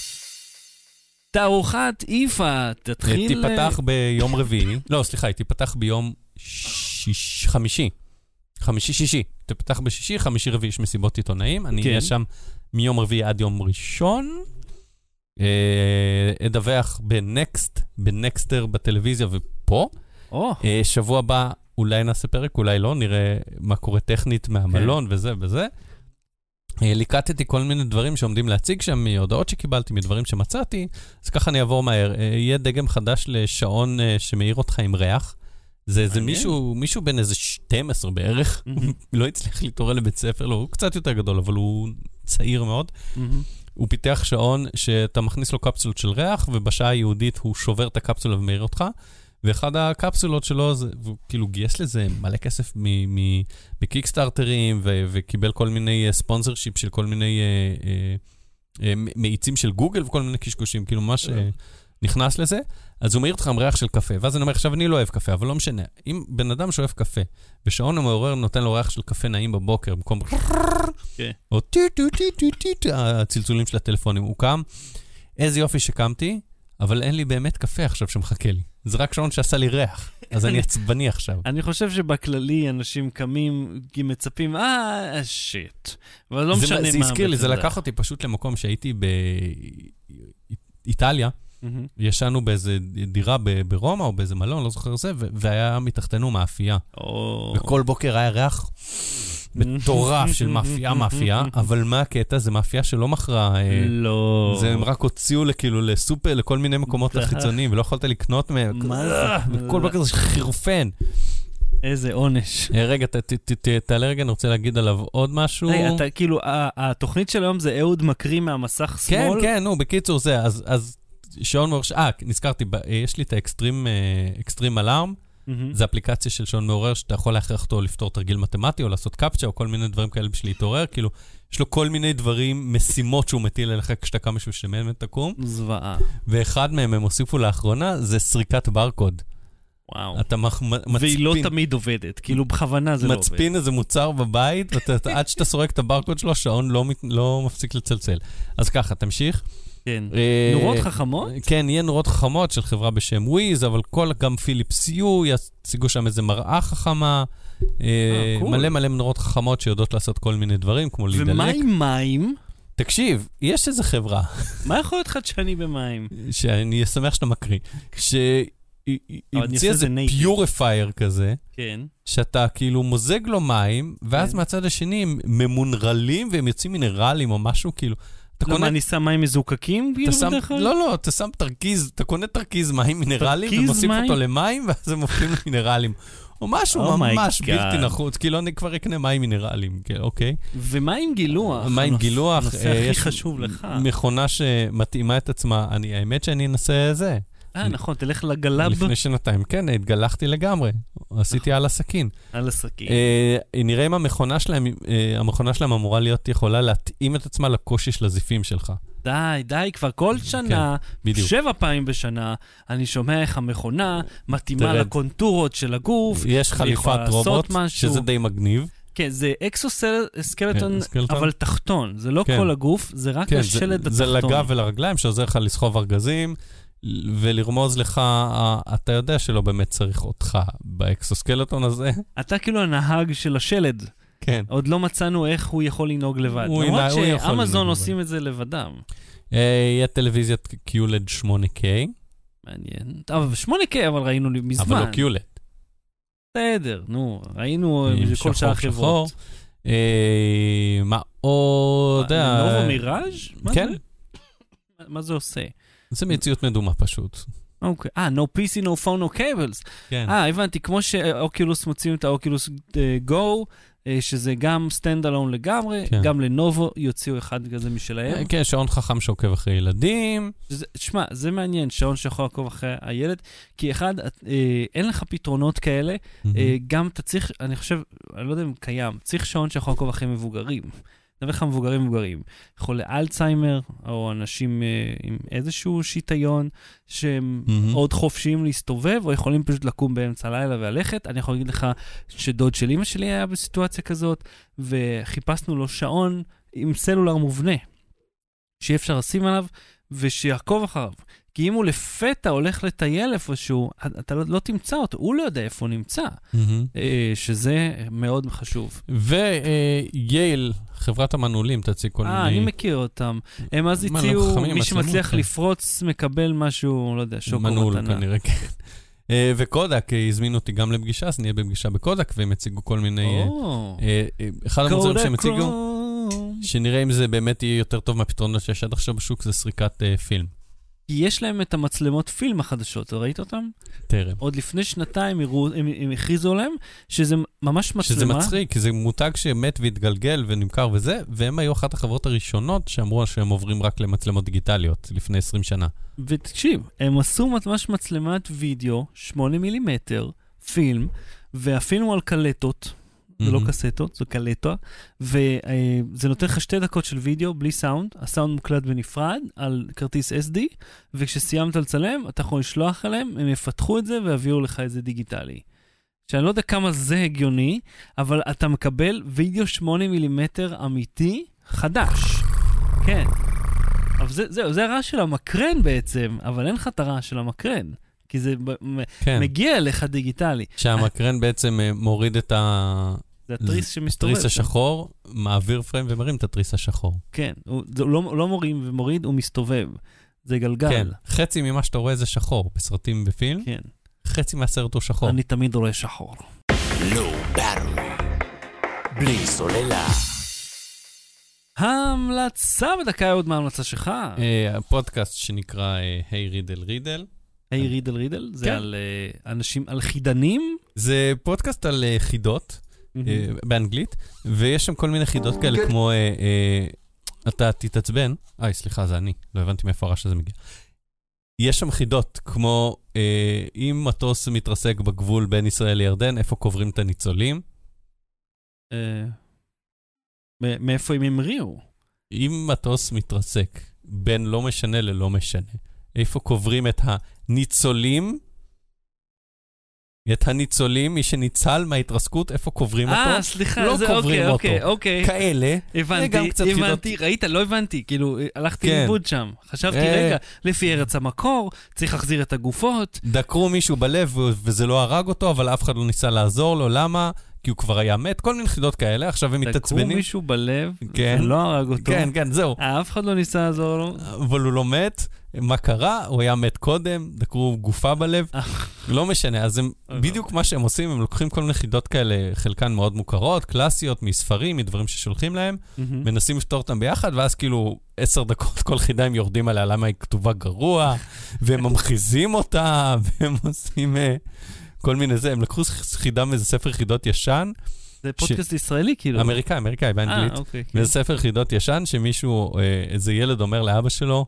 תערוכת איפה, תתחיל... היא תיפתח ביום רביעי, לא, סליחה, היא תיפתח ביום שיש, חמישי. חמישי, שישי. תפתח בשישי, חמישי רביעי יש מסיבות עיתונאים. אני אהיה שם מיום רביעי עד יום ראשון. אדווח בנקסט, בנקסטר בטלוויזיה ופה. שבוע הבא אולי נעשה פרק, אולי לא, נראה מה קורה טכנית מהמלון וזה וזה. ליקטתי כל מיני דברים שעומדים להציג שם, מהודעות שקיבלתי, מדברים שמצאתי, אז ככה אני אעבור מהר. יהיה דגם חדש לשעון שמאיר אותך עם ריח. זה, זה מישהו, מישהו בין איזה שתים עשרה בערך, לא הצליח להתעורר לבית ספר, לא, הוא קצת יותר גדול, אבל הוא צעיר מאוד. הוא פיתח שעון שאתה מכניס לו קפסולות של ריח, ובשעה היהודית הוא שובר את הקפסולה ומאיר אותך, ואחד הקפסולות שלו, זה, והוא כאילו גייס לזה מלא כסף מקיקסטארטרים, וקיבל כל מיני ספונסרשיפ של כל מיני מאיצים של גוגל, וכל מיני קשקושים, כאילו ממש נכנס לזה, אז הוא מאיר אותך עם ריח של קפה, ואז אני אומר, עכשיו אני לא אוהב קפה, אבל לא משנה. אם בן אדם שאוהב קפה, ושעון המעורר נותן לו ריח של קפה נעים בבוקר, במקום או טי טי טי טי טי טי, הצלצולים של הטלפונים, הוא קם, איזה יופי שקמתי, אבל אין לי באמת קפה עכשיו שמחכה לי. זה רק שעון שעשה לי ריח, אז אני עצבני עכשיו. אני חושב שבכללי אנשים קמים, כי מצפים, אה, שיט. אבל לא משנה מה. זה הזכיר לי, זה לקח אותי פשוט למקום שהייתי באיטליה, ישנו באיזה דירה ברומא או באיזה מלון, לא זוכר זה, והיה מתחתנו מאפייה. וכל בוקר היה ריח מטורף של מאפייה, מאפייה, אבל מה הקטע? זה מאפייה שלא מכרה. לא. זה הם רק הוציאו כאילו לסופר, לכל מיני מקומות החיצוניים, ולא יכולת לקנות מהם. מה זה? וכל בוקר זה חירופן. איזה עונש. רגע, תעלה רגע, אני רוצה להגיד עליו עוד משהו. אתה כאילו, התוכנית של היום זה אהוד מקריא מהמסך שמאל? כן, כן, נו, בקיצור זה, אז שעון מעורר, אה, נזכרתי, יש לי את האקסטרים, אקסטרים אלארם, זה אפליקציה של שעון מעורר, שאתה יכול להכריח אותו לפתור תרגיל מתמטי, או לעשות קפצ'ה, או כל מיני דברים כאלה בשביל להתעורר, כאילו, יש לו כל מיני דברים, משימות שהוא מטיל אליך כשאתה קם בשביל שמהם תקום. זוועה. ואחד מהם, הם הוסיפו לאחרונה, זה סריקת ברקוד. וואו. אתה מצפין. והיא לא תמיד עובדת, כאילו בכוונה זה לא עובד. מצפין איזה מוצר בבית, ועד שאתה סורק את הברקוד שלו, שעון לא מפסיק לצלצל. אז ככה, תמשיך. כן. נורות חכמות? כן, יהיה נורות חכמות של חברה בשם וויז, אבל כל, גם פיליפס יו, יציגו שם איזה מראה חכמה, מלא מלא נורות חכמות שיודעות לעשות כל מיני דברים, כמו להידלק. ומה עם מים? תקשיב, יש איזה חברה. מה יכול להיות חדשני במים? שאני אשמח שאתה מקריא. שהמציא איזה פיוריפייר כזה, שאתה כאילו מוזג לו מים, ואז מהצד השני הם ממונרלים, והם יוצאים מינרלים או משהו כאילו. למה אני שם מים מזוקקים? לא, לא, אתה שם תרכיז, אתה קונה תרכיז מים מינרלים, ומוסיף אותו למים, ואז הם הופכים למינרלים. או משהו ממש בלתי נחוץ, כאילו אני כבר אקנה מים מינרלים, אוקיי? ומים גילוח. מים גילוח. הנושא הכי חשוב לך. מכונה שמתאימה את עצמה, האמת שאני אנסה זה. אה, נכון, תלך לגלב. לפני שנתיים, כן, התגלחתי לגמרי. עשיתי על הסכין. על הסכין. נראה אם המכונה שלהם, המכונה שלהם אמורה להיות יכולה להתאים את עצמה לקושי של הזיפים שלך. די, די, כבר כל שנה, שבע פעמים בשנה, אני שומע איך המכונה מתאימה לקונטורות של הגוף. יש חליפת רובוט, שזה די מגניב. כן, זה אקסוסקלטון, אבל תחתון. זה לא כל הגוף, זה רק השלד בתחתון. זה לגב ולרגליים שעוזר לך לסחוב ארגזים. ולרמוז לך, אתה יודע שלא באמת צריך אותך באקסוסקלטון הזה. אתה כאילו הנהג של השלד. כן. עוד לא מצאנו איך הוא יכול לנהוג לבד. למרות שאמזון עושים את זה לבדם. יהיה טלוויזיית קיולד שמונה קיי. מעניין. אבל שמונה קיי אבל ראינו מזמן. אבל לא קיולד. בסדר, נו, ראינו כל שאר חברות. מה עוד? נובו מיראז'? כן. מה זה עושה? זה מציאות מדומה פשוט. אוקיי. אה, no פי סי, no phone, no cables. כן. אה, הבנתי, כמו שאוקילוס מוציאים את האוקילוס גו, שזה גם סטנד אלון לגמרי, כן. גם לנובו יוציאו אחד כזה משלהם. כן, שעון חכם שעוקב אחרי ילדים. תשמע, זה מעניין, שעון שיכול לעקוב אחרי הילד, כי אחד, אה, אין לך פתרונות כאלה, mm-hmm. אה, גם אתה צריך, אני חושב, אני לא יודע אם קיים, צריך שעון שיכול לעקוב אחרי מבוגרים. נדבר לך מבוגרים מבוגרים, חולי אלצהיימר, או אנשים אה, עם איזשהו שיטיון, שהם mm-hmm. עוד חופשיים להסתובב, או יכולים פשוט לקום באמצע הלילה והלכת. אני יכול להגיד לך שדוד של אמא שלי היה בסיטואציה כזאת, וחיפשנו לו שעון עם סלולר מובנה, שאי אפשר לשים עליו, ושיעקוב אחריו. כי אם הוא לפתע הולך לטייל איפשהו, אתה לא, לא תמצא אותו, הוא לא יודע איפה הוא נמצא, mm-hmm. שזה מאוד חשוב. וייל, חברת המנעולים, תציג כל מיני... אה, אני מכיר אותם. הם אז הציעו, מי שמצליח לפרוץ מקבל משהו, לא יודע, שוקו מתנה. מנעול כנראה, כן. וקודק הזמינו אותי גם לפגישה, אז נהיה בפגישה בקודק, והם הציגו כל מיני... אחד המוצרים שהם הציגו, שנראה אם זה באמת יהיה יותר טוב מהפתרונות שיש עד עכשיו בשוק, זה סריקת פילם. כי יש להם את המצלמות פילם החדשות, ראית אותם? תרם. עוד לפני שנתיים הם, הם הכריזו עליהם, שזה ממש מצלמה. שזה מצחיק, כי זה מותג שמת והתגלגל ונמכר וזה, והם היו אחת החברות הראשונות שאמרו שהם עוברים רק למצלמות דיגיטליות, לפני עשרים שנה. ותקשיב, הם עשו ממש מצלמת וידאו, שמונה מילימטר, פילם, והפילם הוא על קלטות, זה לא קסטות, זו קלטה, וזה נותן לך שתי דקות של וידאו בלי סאונד, הסאונד מוקלט בנפרד על כרטיס אס די, וכשסיימת לצלם, אתה יכול לשלוח אליהם, הם יפתחו את זה ויביאו לך את זה דיגיטלי. שאני לא יודע כמה זה הגיוני, אבל אתה מקבל וידאו שמונה מילימטר אמיתי חדש. כן. אבל זה, זה, זה הרעש של המקרן בעצם, אבל אין לך את הרעש של המקרן. כי זה כן. מגיע אליך דיגיטלי. שהמקרן בעצם מוריד את ה... זה התריס שמסתובב. התריס השחור, מעביר פריים ומרים את התריס השחור. כן, הוא לא, לא מורים ומוריד, הוא מסתובב. זה גלגל. כן, חצי ממה שאתה רואה זה שחור, בסרטים בפילם. כן. חצי מהסרט הוא שחור. אני תמיד רואה שחור. Low Battery. בלי סוללה. ההמלצה בדקה עוד מההמלצה שלך. הפודקאסט שנקרא היי רידל רידל. היי רידל רידל? זה על אנשים, על חידנים? זה פודקאסט על חידות, באנגלית, ויש שם כל מיני חידות כאלה כמו, אתה תתעצבן, אי, סליחה, זה אני, לא הבנתי מאיפה הרעש הזה מגיע. יש שם חידות כמו, אם מטוס מתרסק בגבול בין ישראל לירדן, איפה קוברים את הניצולים? מאיפה הם המריאו? אם מטוס מתרסק בין לא משנה ללא משנה, איפה קוברים את הניצולים? את הניצולים, מי שניצל מההתרסקות, איפה קוברים אותו? אה, סליחה, לא זה קוברים אוקיי, אותו. אוקיי. כאלה. הבנתי, הבנתי, ראית, לא הבנתי, כאילו, הלכתי כן. לאיבוד שם. חשבתי, רגע, לפי ארץ המקור, צריך להחזיר את הגופות. דקרו מישהו בלב, וזה לא הרג אותו, אבל אף אחד לא ניסה לעזור לו, למה? כי הוא כבר היה מת, כל מיני חידות כאלה, עכשיו הם מתעצבנים. דקרו מישהו בלב, כן. ולא הרג אותו. כן, כן, זהו. אף אחד לא ניסה לעזור לו. אבל הוא לא מת, מה קרה? הוא היה מת קודם, דקרו גופה בלב, לא משנה, אז הם, בדיוק מה שהם עושים, הם לוקחים כל מיני חידות כאלה, חלקן מאוד מוכרות, קלאסיות, מספרים, מדברים ששולחים להם, מנסים לפתור אותם ביחד, ואז כאילו עשר דקות כל חידה הם יורדים עליה, למה היא כתובה גרוע, והם ממחיזים אותה, והם עושים כל מיני זה, הם לקחו חידה מאיזה ספר חידות ישן, זה פודקאסט ישראלי כאילו? אמריקאי, אמריקאי, באנגלית. וזה ספר חידות ישן, שמישהו, איזה ילד אומר לאבא שלו,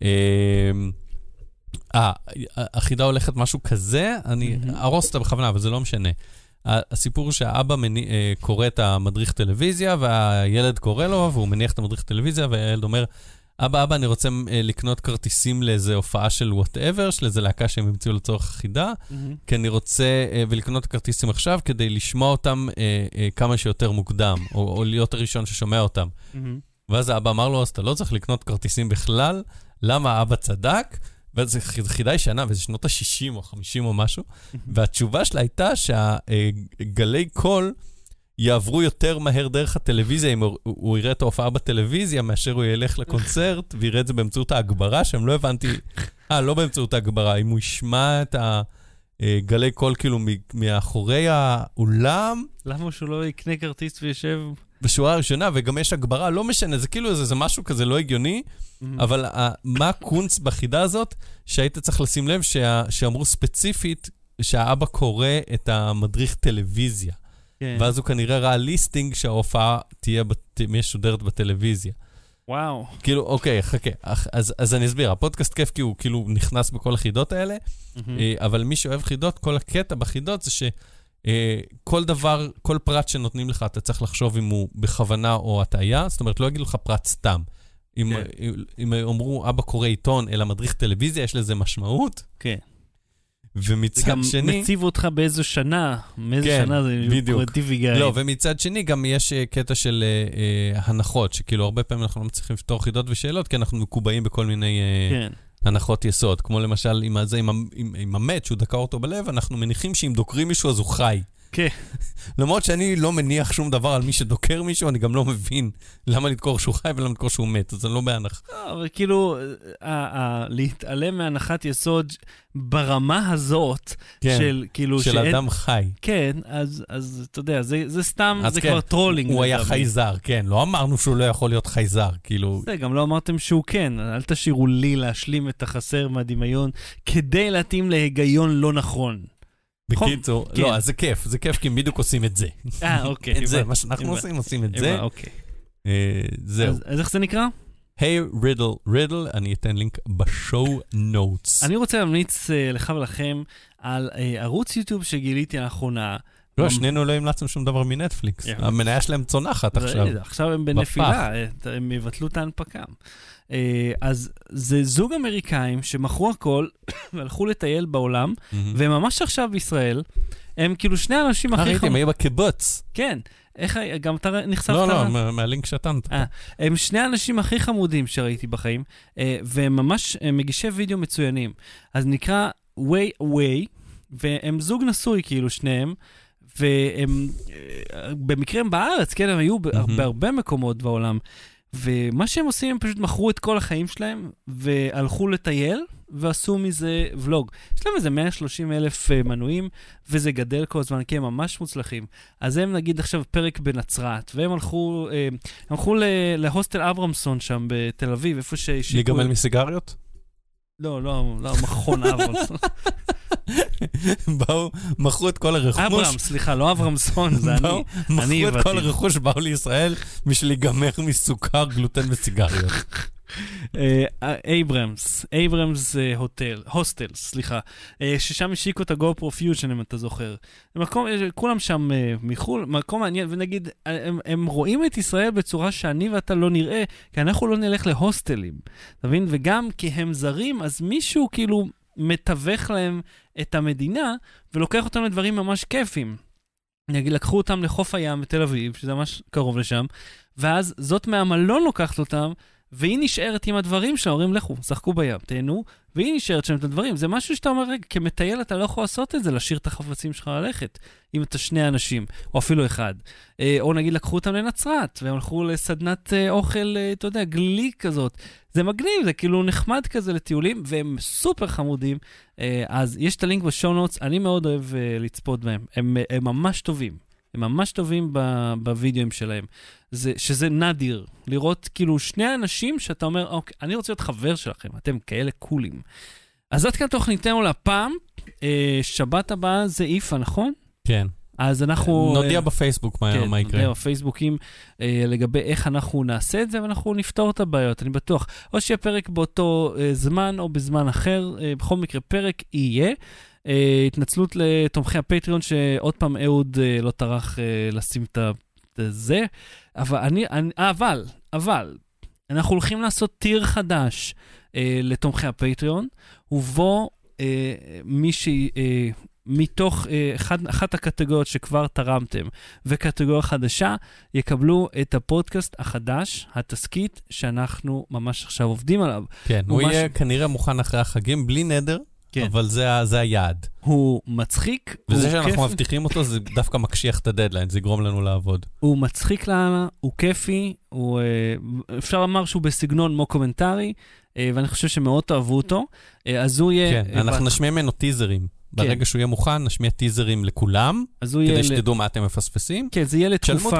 אה, החידה הולכת משהו כזה, אני ארוס אותה בכוונה, אבל זה לא משנה. הסיפור הוא שהאבא קורא את המדריך טלוויזיה, והילד קורא לו, והוא מניח את המדריך טלוויזיה, והילד אומר, אבא, אבא, אני רוצה לקנות כרטיסים לאיזו הופעה של whatever, של איזו להקה שהם המציאו לצורך החידה, כי אני רוצה ולקנות כרטיסים עכשיו, כדי לשמוע אותם כמה שיותר מוקדם, או להיות הראשון ששומע אותם. ואז האבא אמר לו, אז אתה לא צריך לקנות כרטיסים בכלל, למה האבא צדק? וזו חידה ישנה, וזה שנות ה-שישים או חמישים או משהו, והתשובה שלה הייתה שהגלי קול יעברו יותר מהר דרך הטלוויזיה, אם הוא, הוא יראה את ההופעה בטלוויזיה, מאשר הוא ילך לקונצרט, ויראה את זה באמצעות ההגברה, שהם לא הבנתי, אה, לא באמצעות ההגברה, אם הוא ישמע את הגלי קול כאילו מאחורי האולם. למה שהוא לא יקנה כרטיס וישב? בשורה הראשונה, וגם יש הגברה, לא משנה, זה כאילו, זה, זה משהו כזה לא הגיוני, אבל ה, מה הקונץ בחידה הזאת, שהיית צריך לשים לב, שה, שאמרו ספציפית, שהאבא קורא את המדריך טלוויזיה. כן. ואז הוא כנראה ראה ליסטינג שההופעה תהיה משודרת בטלוויזיה. וואו. כאילו, אוקיי, חכה. אז, אז אני אסביר, הפודקאסט כיף כי הוא כאילו נכנס בכל החידות האלה, mm-hmm. אבל מי שאוהב חידות, כל הקטע בחידות זה שכל דבר, כל פרט שנותנים לך, אתה צריך לחשוב אם הוא בכוונה או הטעיה, זאת אומרת, לא יגידו לך פרט סתם. אם, כן. אם אמרו, אבא קורא עיתון, אלא מדריך טלוויזיה, יש לזה משמעות. כן. ומצד גם שני... גם מציב אותך באיזו שנה, מאיזו כן, שנה זה בדיוק. קורטיבי גאי. לא, ומצד שני גם יש uh, קטע של uh, uh, הנחות, שכאילו הרבה פעמים אנחנו לא מצליחים לפתור חידות ושאלות, כי אנחנו מקובעים בכל מיני uh, כן. הנחות יסוד, כמו למשל עם, הזה, עם, עם, עם המת שהוא דקה אותו בלב, אנחנו מניחים שאם דוקרים מישהו אז הוא חי. כן. למרות שאני לא מניח שום דבר על מי שדוקר מישהו, אני גם לא מבין למה לדקור שהוא חי ולמה לדקור שהוא מת, אז אני לא בהנח. אבל כאילו, להתעלם מהנחת יסוד ברמה הזאת, של כאילו... של אדם חי. כן, אז אתה יודע, זה סתם, זה כבר טרולינג. הוא היה חייזר, כן, לא אמרנו שהוא לא יכול להיות חייזר, כאילו... זה, גם לא אמרתם שהוא כן, אל תשאירו לי להשלים את החסר מהדמיון, כדי להתאים להיגיון לא נכון. בקיצור, לא, אז זה כיף, זה כיף כי הם בדיוק עושים את זה. אה, אוקיי. את זה, מה שאנחנו עושים, עושים את זה. אוקיי. זהו. אז איך זה נקרא? היי רידל, רידל, אני אתן לינק בשואו נוטס. אני רוצה להמליץ לך ולכם על ערוץ יוטיוב שגיליתי לאחרונה. לא, שנינו לא המלצנו שום דבר מנטפליקס. המניה שלהם צונחת עכשיו. עכשיו הם בנפילה, הם יבטלו את ההנפקה. אז זה זוג אמריקאים שמכרו הכל והלכו לטייל בעולם, וממש עכשיו בישראל, הם כאילו שני האנשים הכי חמודים. הם היו בקיבוץ. כן. איך, גם אתה נחשפת? לא, לא, מהלינק שאתה נתת. הם שני האנשים הכי חמודים שראיתי בחיים, והם ממש מגישי וידאו מצוינים. אז נקרא Way Away, והם זוג נשוי כאילו שניהם, והם במקרה הם בארץ, כן, הם היו בהרבה מקומות בעולם, ומה שהם עושים, הם פשוט מכרו את כל החיים שלהם, והלכו לטייל, ועשו מזה ולוג. יש להם איזה מאה ושלושים אלף מנויים, וזה גדל כל הזמן, כי הם ממש מוצלחים. אז הם נגיד עכשיו פרק בנצרת, והם הלכו, הם הלכו להוסטל אברמסון שם בתל אביב, איפה שהשיקו... להיגמל מסיגריות? לא, לא, לא, מכון אברמסון. באו, מכרו את כל הרכוש. אברהם, סליחה, לא אברמסון, זה אני. מכרו את כל הרכוש, באו לישראל, בשביל להיגמר מסוכר, גלוטן וסיגריות. אייברמס, אייברמס הוטל, הוסטל, סליחה, ששם השיקו את הגופרו פיוז'ן, אם אתה זוכר. כולם שם מחול, מקום מעניין, ונגיד, הם רואים את ישראל בצורה שאני ואתה לא נראה, כי אנחנו לא נלך להוסטלים, אתה מבין? וגם כי הם זרים, אז מישהו כאילו מתווך להם את המדינה, ולוקח אותם לדברים ממש כיפים. נגיד, לקחו אותם לחוף הים בתל אביב, שזה ממש קרוב לשם, ואז זאת מהמלון לוקחת אותם, והיא נשארת עם הדברים שלה, אומרים לכו, שחקו בים, תהנו, והיא נשארת שם את הדברים. זה משהו שאתה אומר, רגע, כמטייל אתה לא יכול לעשות את זה, להשאיר את החפצים שלך ללכת, אם אתה שני אנשים, או אפילו אחד. או נגיד, לקחו אותם לנצרת, והם הלכו לסדנת אוכל, אתה יודע, גלילי כזאת. זה מגניב, זה כאילו נחמד כזה לטיולים, והם סופר חמודים. אז יש את הלינק בשואו נוטס, אני מאוד אוהב לצפות בהם. הם, הם ממש טובים. הם ממש טובים בווידאוים שלהם. זה, שזה נדיר, לראות כאילו שני אנשים שאתה אומר, אוקיי, אני רוצה להיות חבר שלכם, אתם כאלה קולים. אז עד כאן תוכניתנו לפעם, אה, שבת הבאה זה איפה, נכון? כן. אז אנחנו... נודיע אה, בפייסבוק מה, כן, מה יקרה. נודיע בפייסבוקים אה, לגבי איך אנחנו נעשה את זה, ואנחנו נפתור את הבעיות, אני בטוח. או שיהיה פרק באותו אה, זמן או בזמן אחר, אה, בכל מקרה פרק יהיה. Uh, התנצלות לתומכי הפטריון, שעוד פעם אהוד uh, לא טרח uh, לשים את זה, אבל, אני, אני, אבל, אבל, אנחנו הולכים לעשות טיר חדש uh, לתומכי הפטריון, ובו uh, מי ש... Uh, מתוך uh, אחד, אחת הקטגוריות שכבר תרמתם, וקטגוריה חדשה, יקבלו את הפודקאסט החדש, התסקית, שאנחנו ממש עכשיו עובדים עליו. כן, הוא, הוא יהיה מש... כנראה מוכן אחרי החגים, בלי נדר. כן. אבל זה, זה היעד. הוא מצחיק. וזה הוא שאנחנו כיף... מבטיחים אותו, זה דווקא מקשיח את הדדליין, זה יגרום לנו לעבוד. הוא מצחיק לנו, הוא כיפי, הוא, אפשר לומר שהוא בסגנון מוקומנטרי, ואני חושב שמאוד תאהבו אותו. אז הוא יהיה... כן, אנחנו ב... נשמיע ממנו טיזרים. ברגע שהוא יהיה מוכן, נשמיע טיזרים לכולם, כדי שתדעו מה אתם מפספסים. כן, זה יהיה לתקופה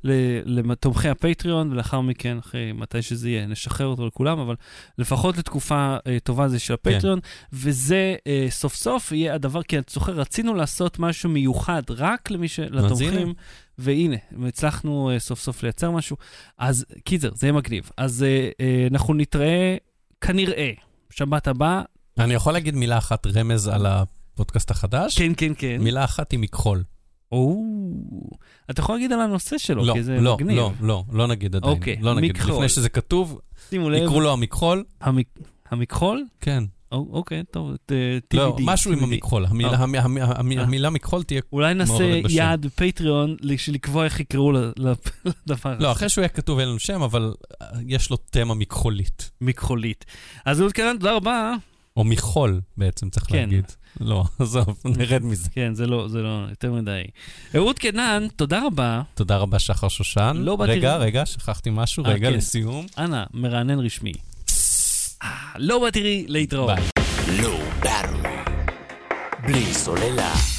לתומכי הפטריון, ולאחר מכן, אחרי מתי שזה יהיה, נשחרר אותו לכולם, אבל לפחות לתקופה טובה זה של הפטריון, וזה סוף סוף יהיה הדבר, כי את זוכר, רצינו לעשות משהו מיוחד רק למי שלתומכים, והנה, הצלחנו סוף סוף לייצר משהו, אז קיצר, זה יהיה מגניב. אז אנחנו נתראה כנראה, שבת הבא. אני יכול להגיד מילה אחת רמז על ה... פודקאסט החדש? כן, כן, כן. מילה אחת היא מכחול. או, אתה יכול להגיד על הנושא שלו, לא, כי זה לא, מגניב. לא, לא, לא נגיד עדיין. אוקיי, לא נגיד. מכחול. לפני שזה כתוב, שימו לב. יקראו לו המכחול. המ... המכחול? כן. אוקיי, טוב, טי וי די. לא, משהו עם המכחול. המילה מכחול תהיה... אולי נעשה יעד בפטריון לקבוע איך יקראו לדבר הזה. לא, אחרי שהוא יהיה כתוב אין לנו שם, אבל יש לו תמה מכחולית. מכחולית. אז אהוד קנן, תודה רבה. או מכחול בעצם צריך להגיד. לא, עזוב, נרד מזה. כן, זה לא, זה לא, יותר מדי. אהוד קנן, תודה רבה. תודה רבה, שחר שושן. רגע, רגע, שכחתי משהו, רגע, לסיום. אנא, מרענן רשמי. לא בתראי להתראות. ביי. לא באטרי. בלי סוללה.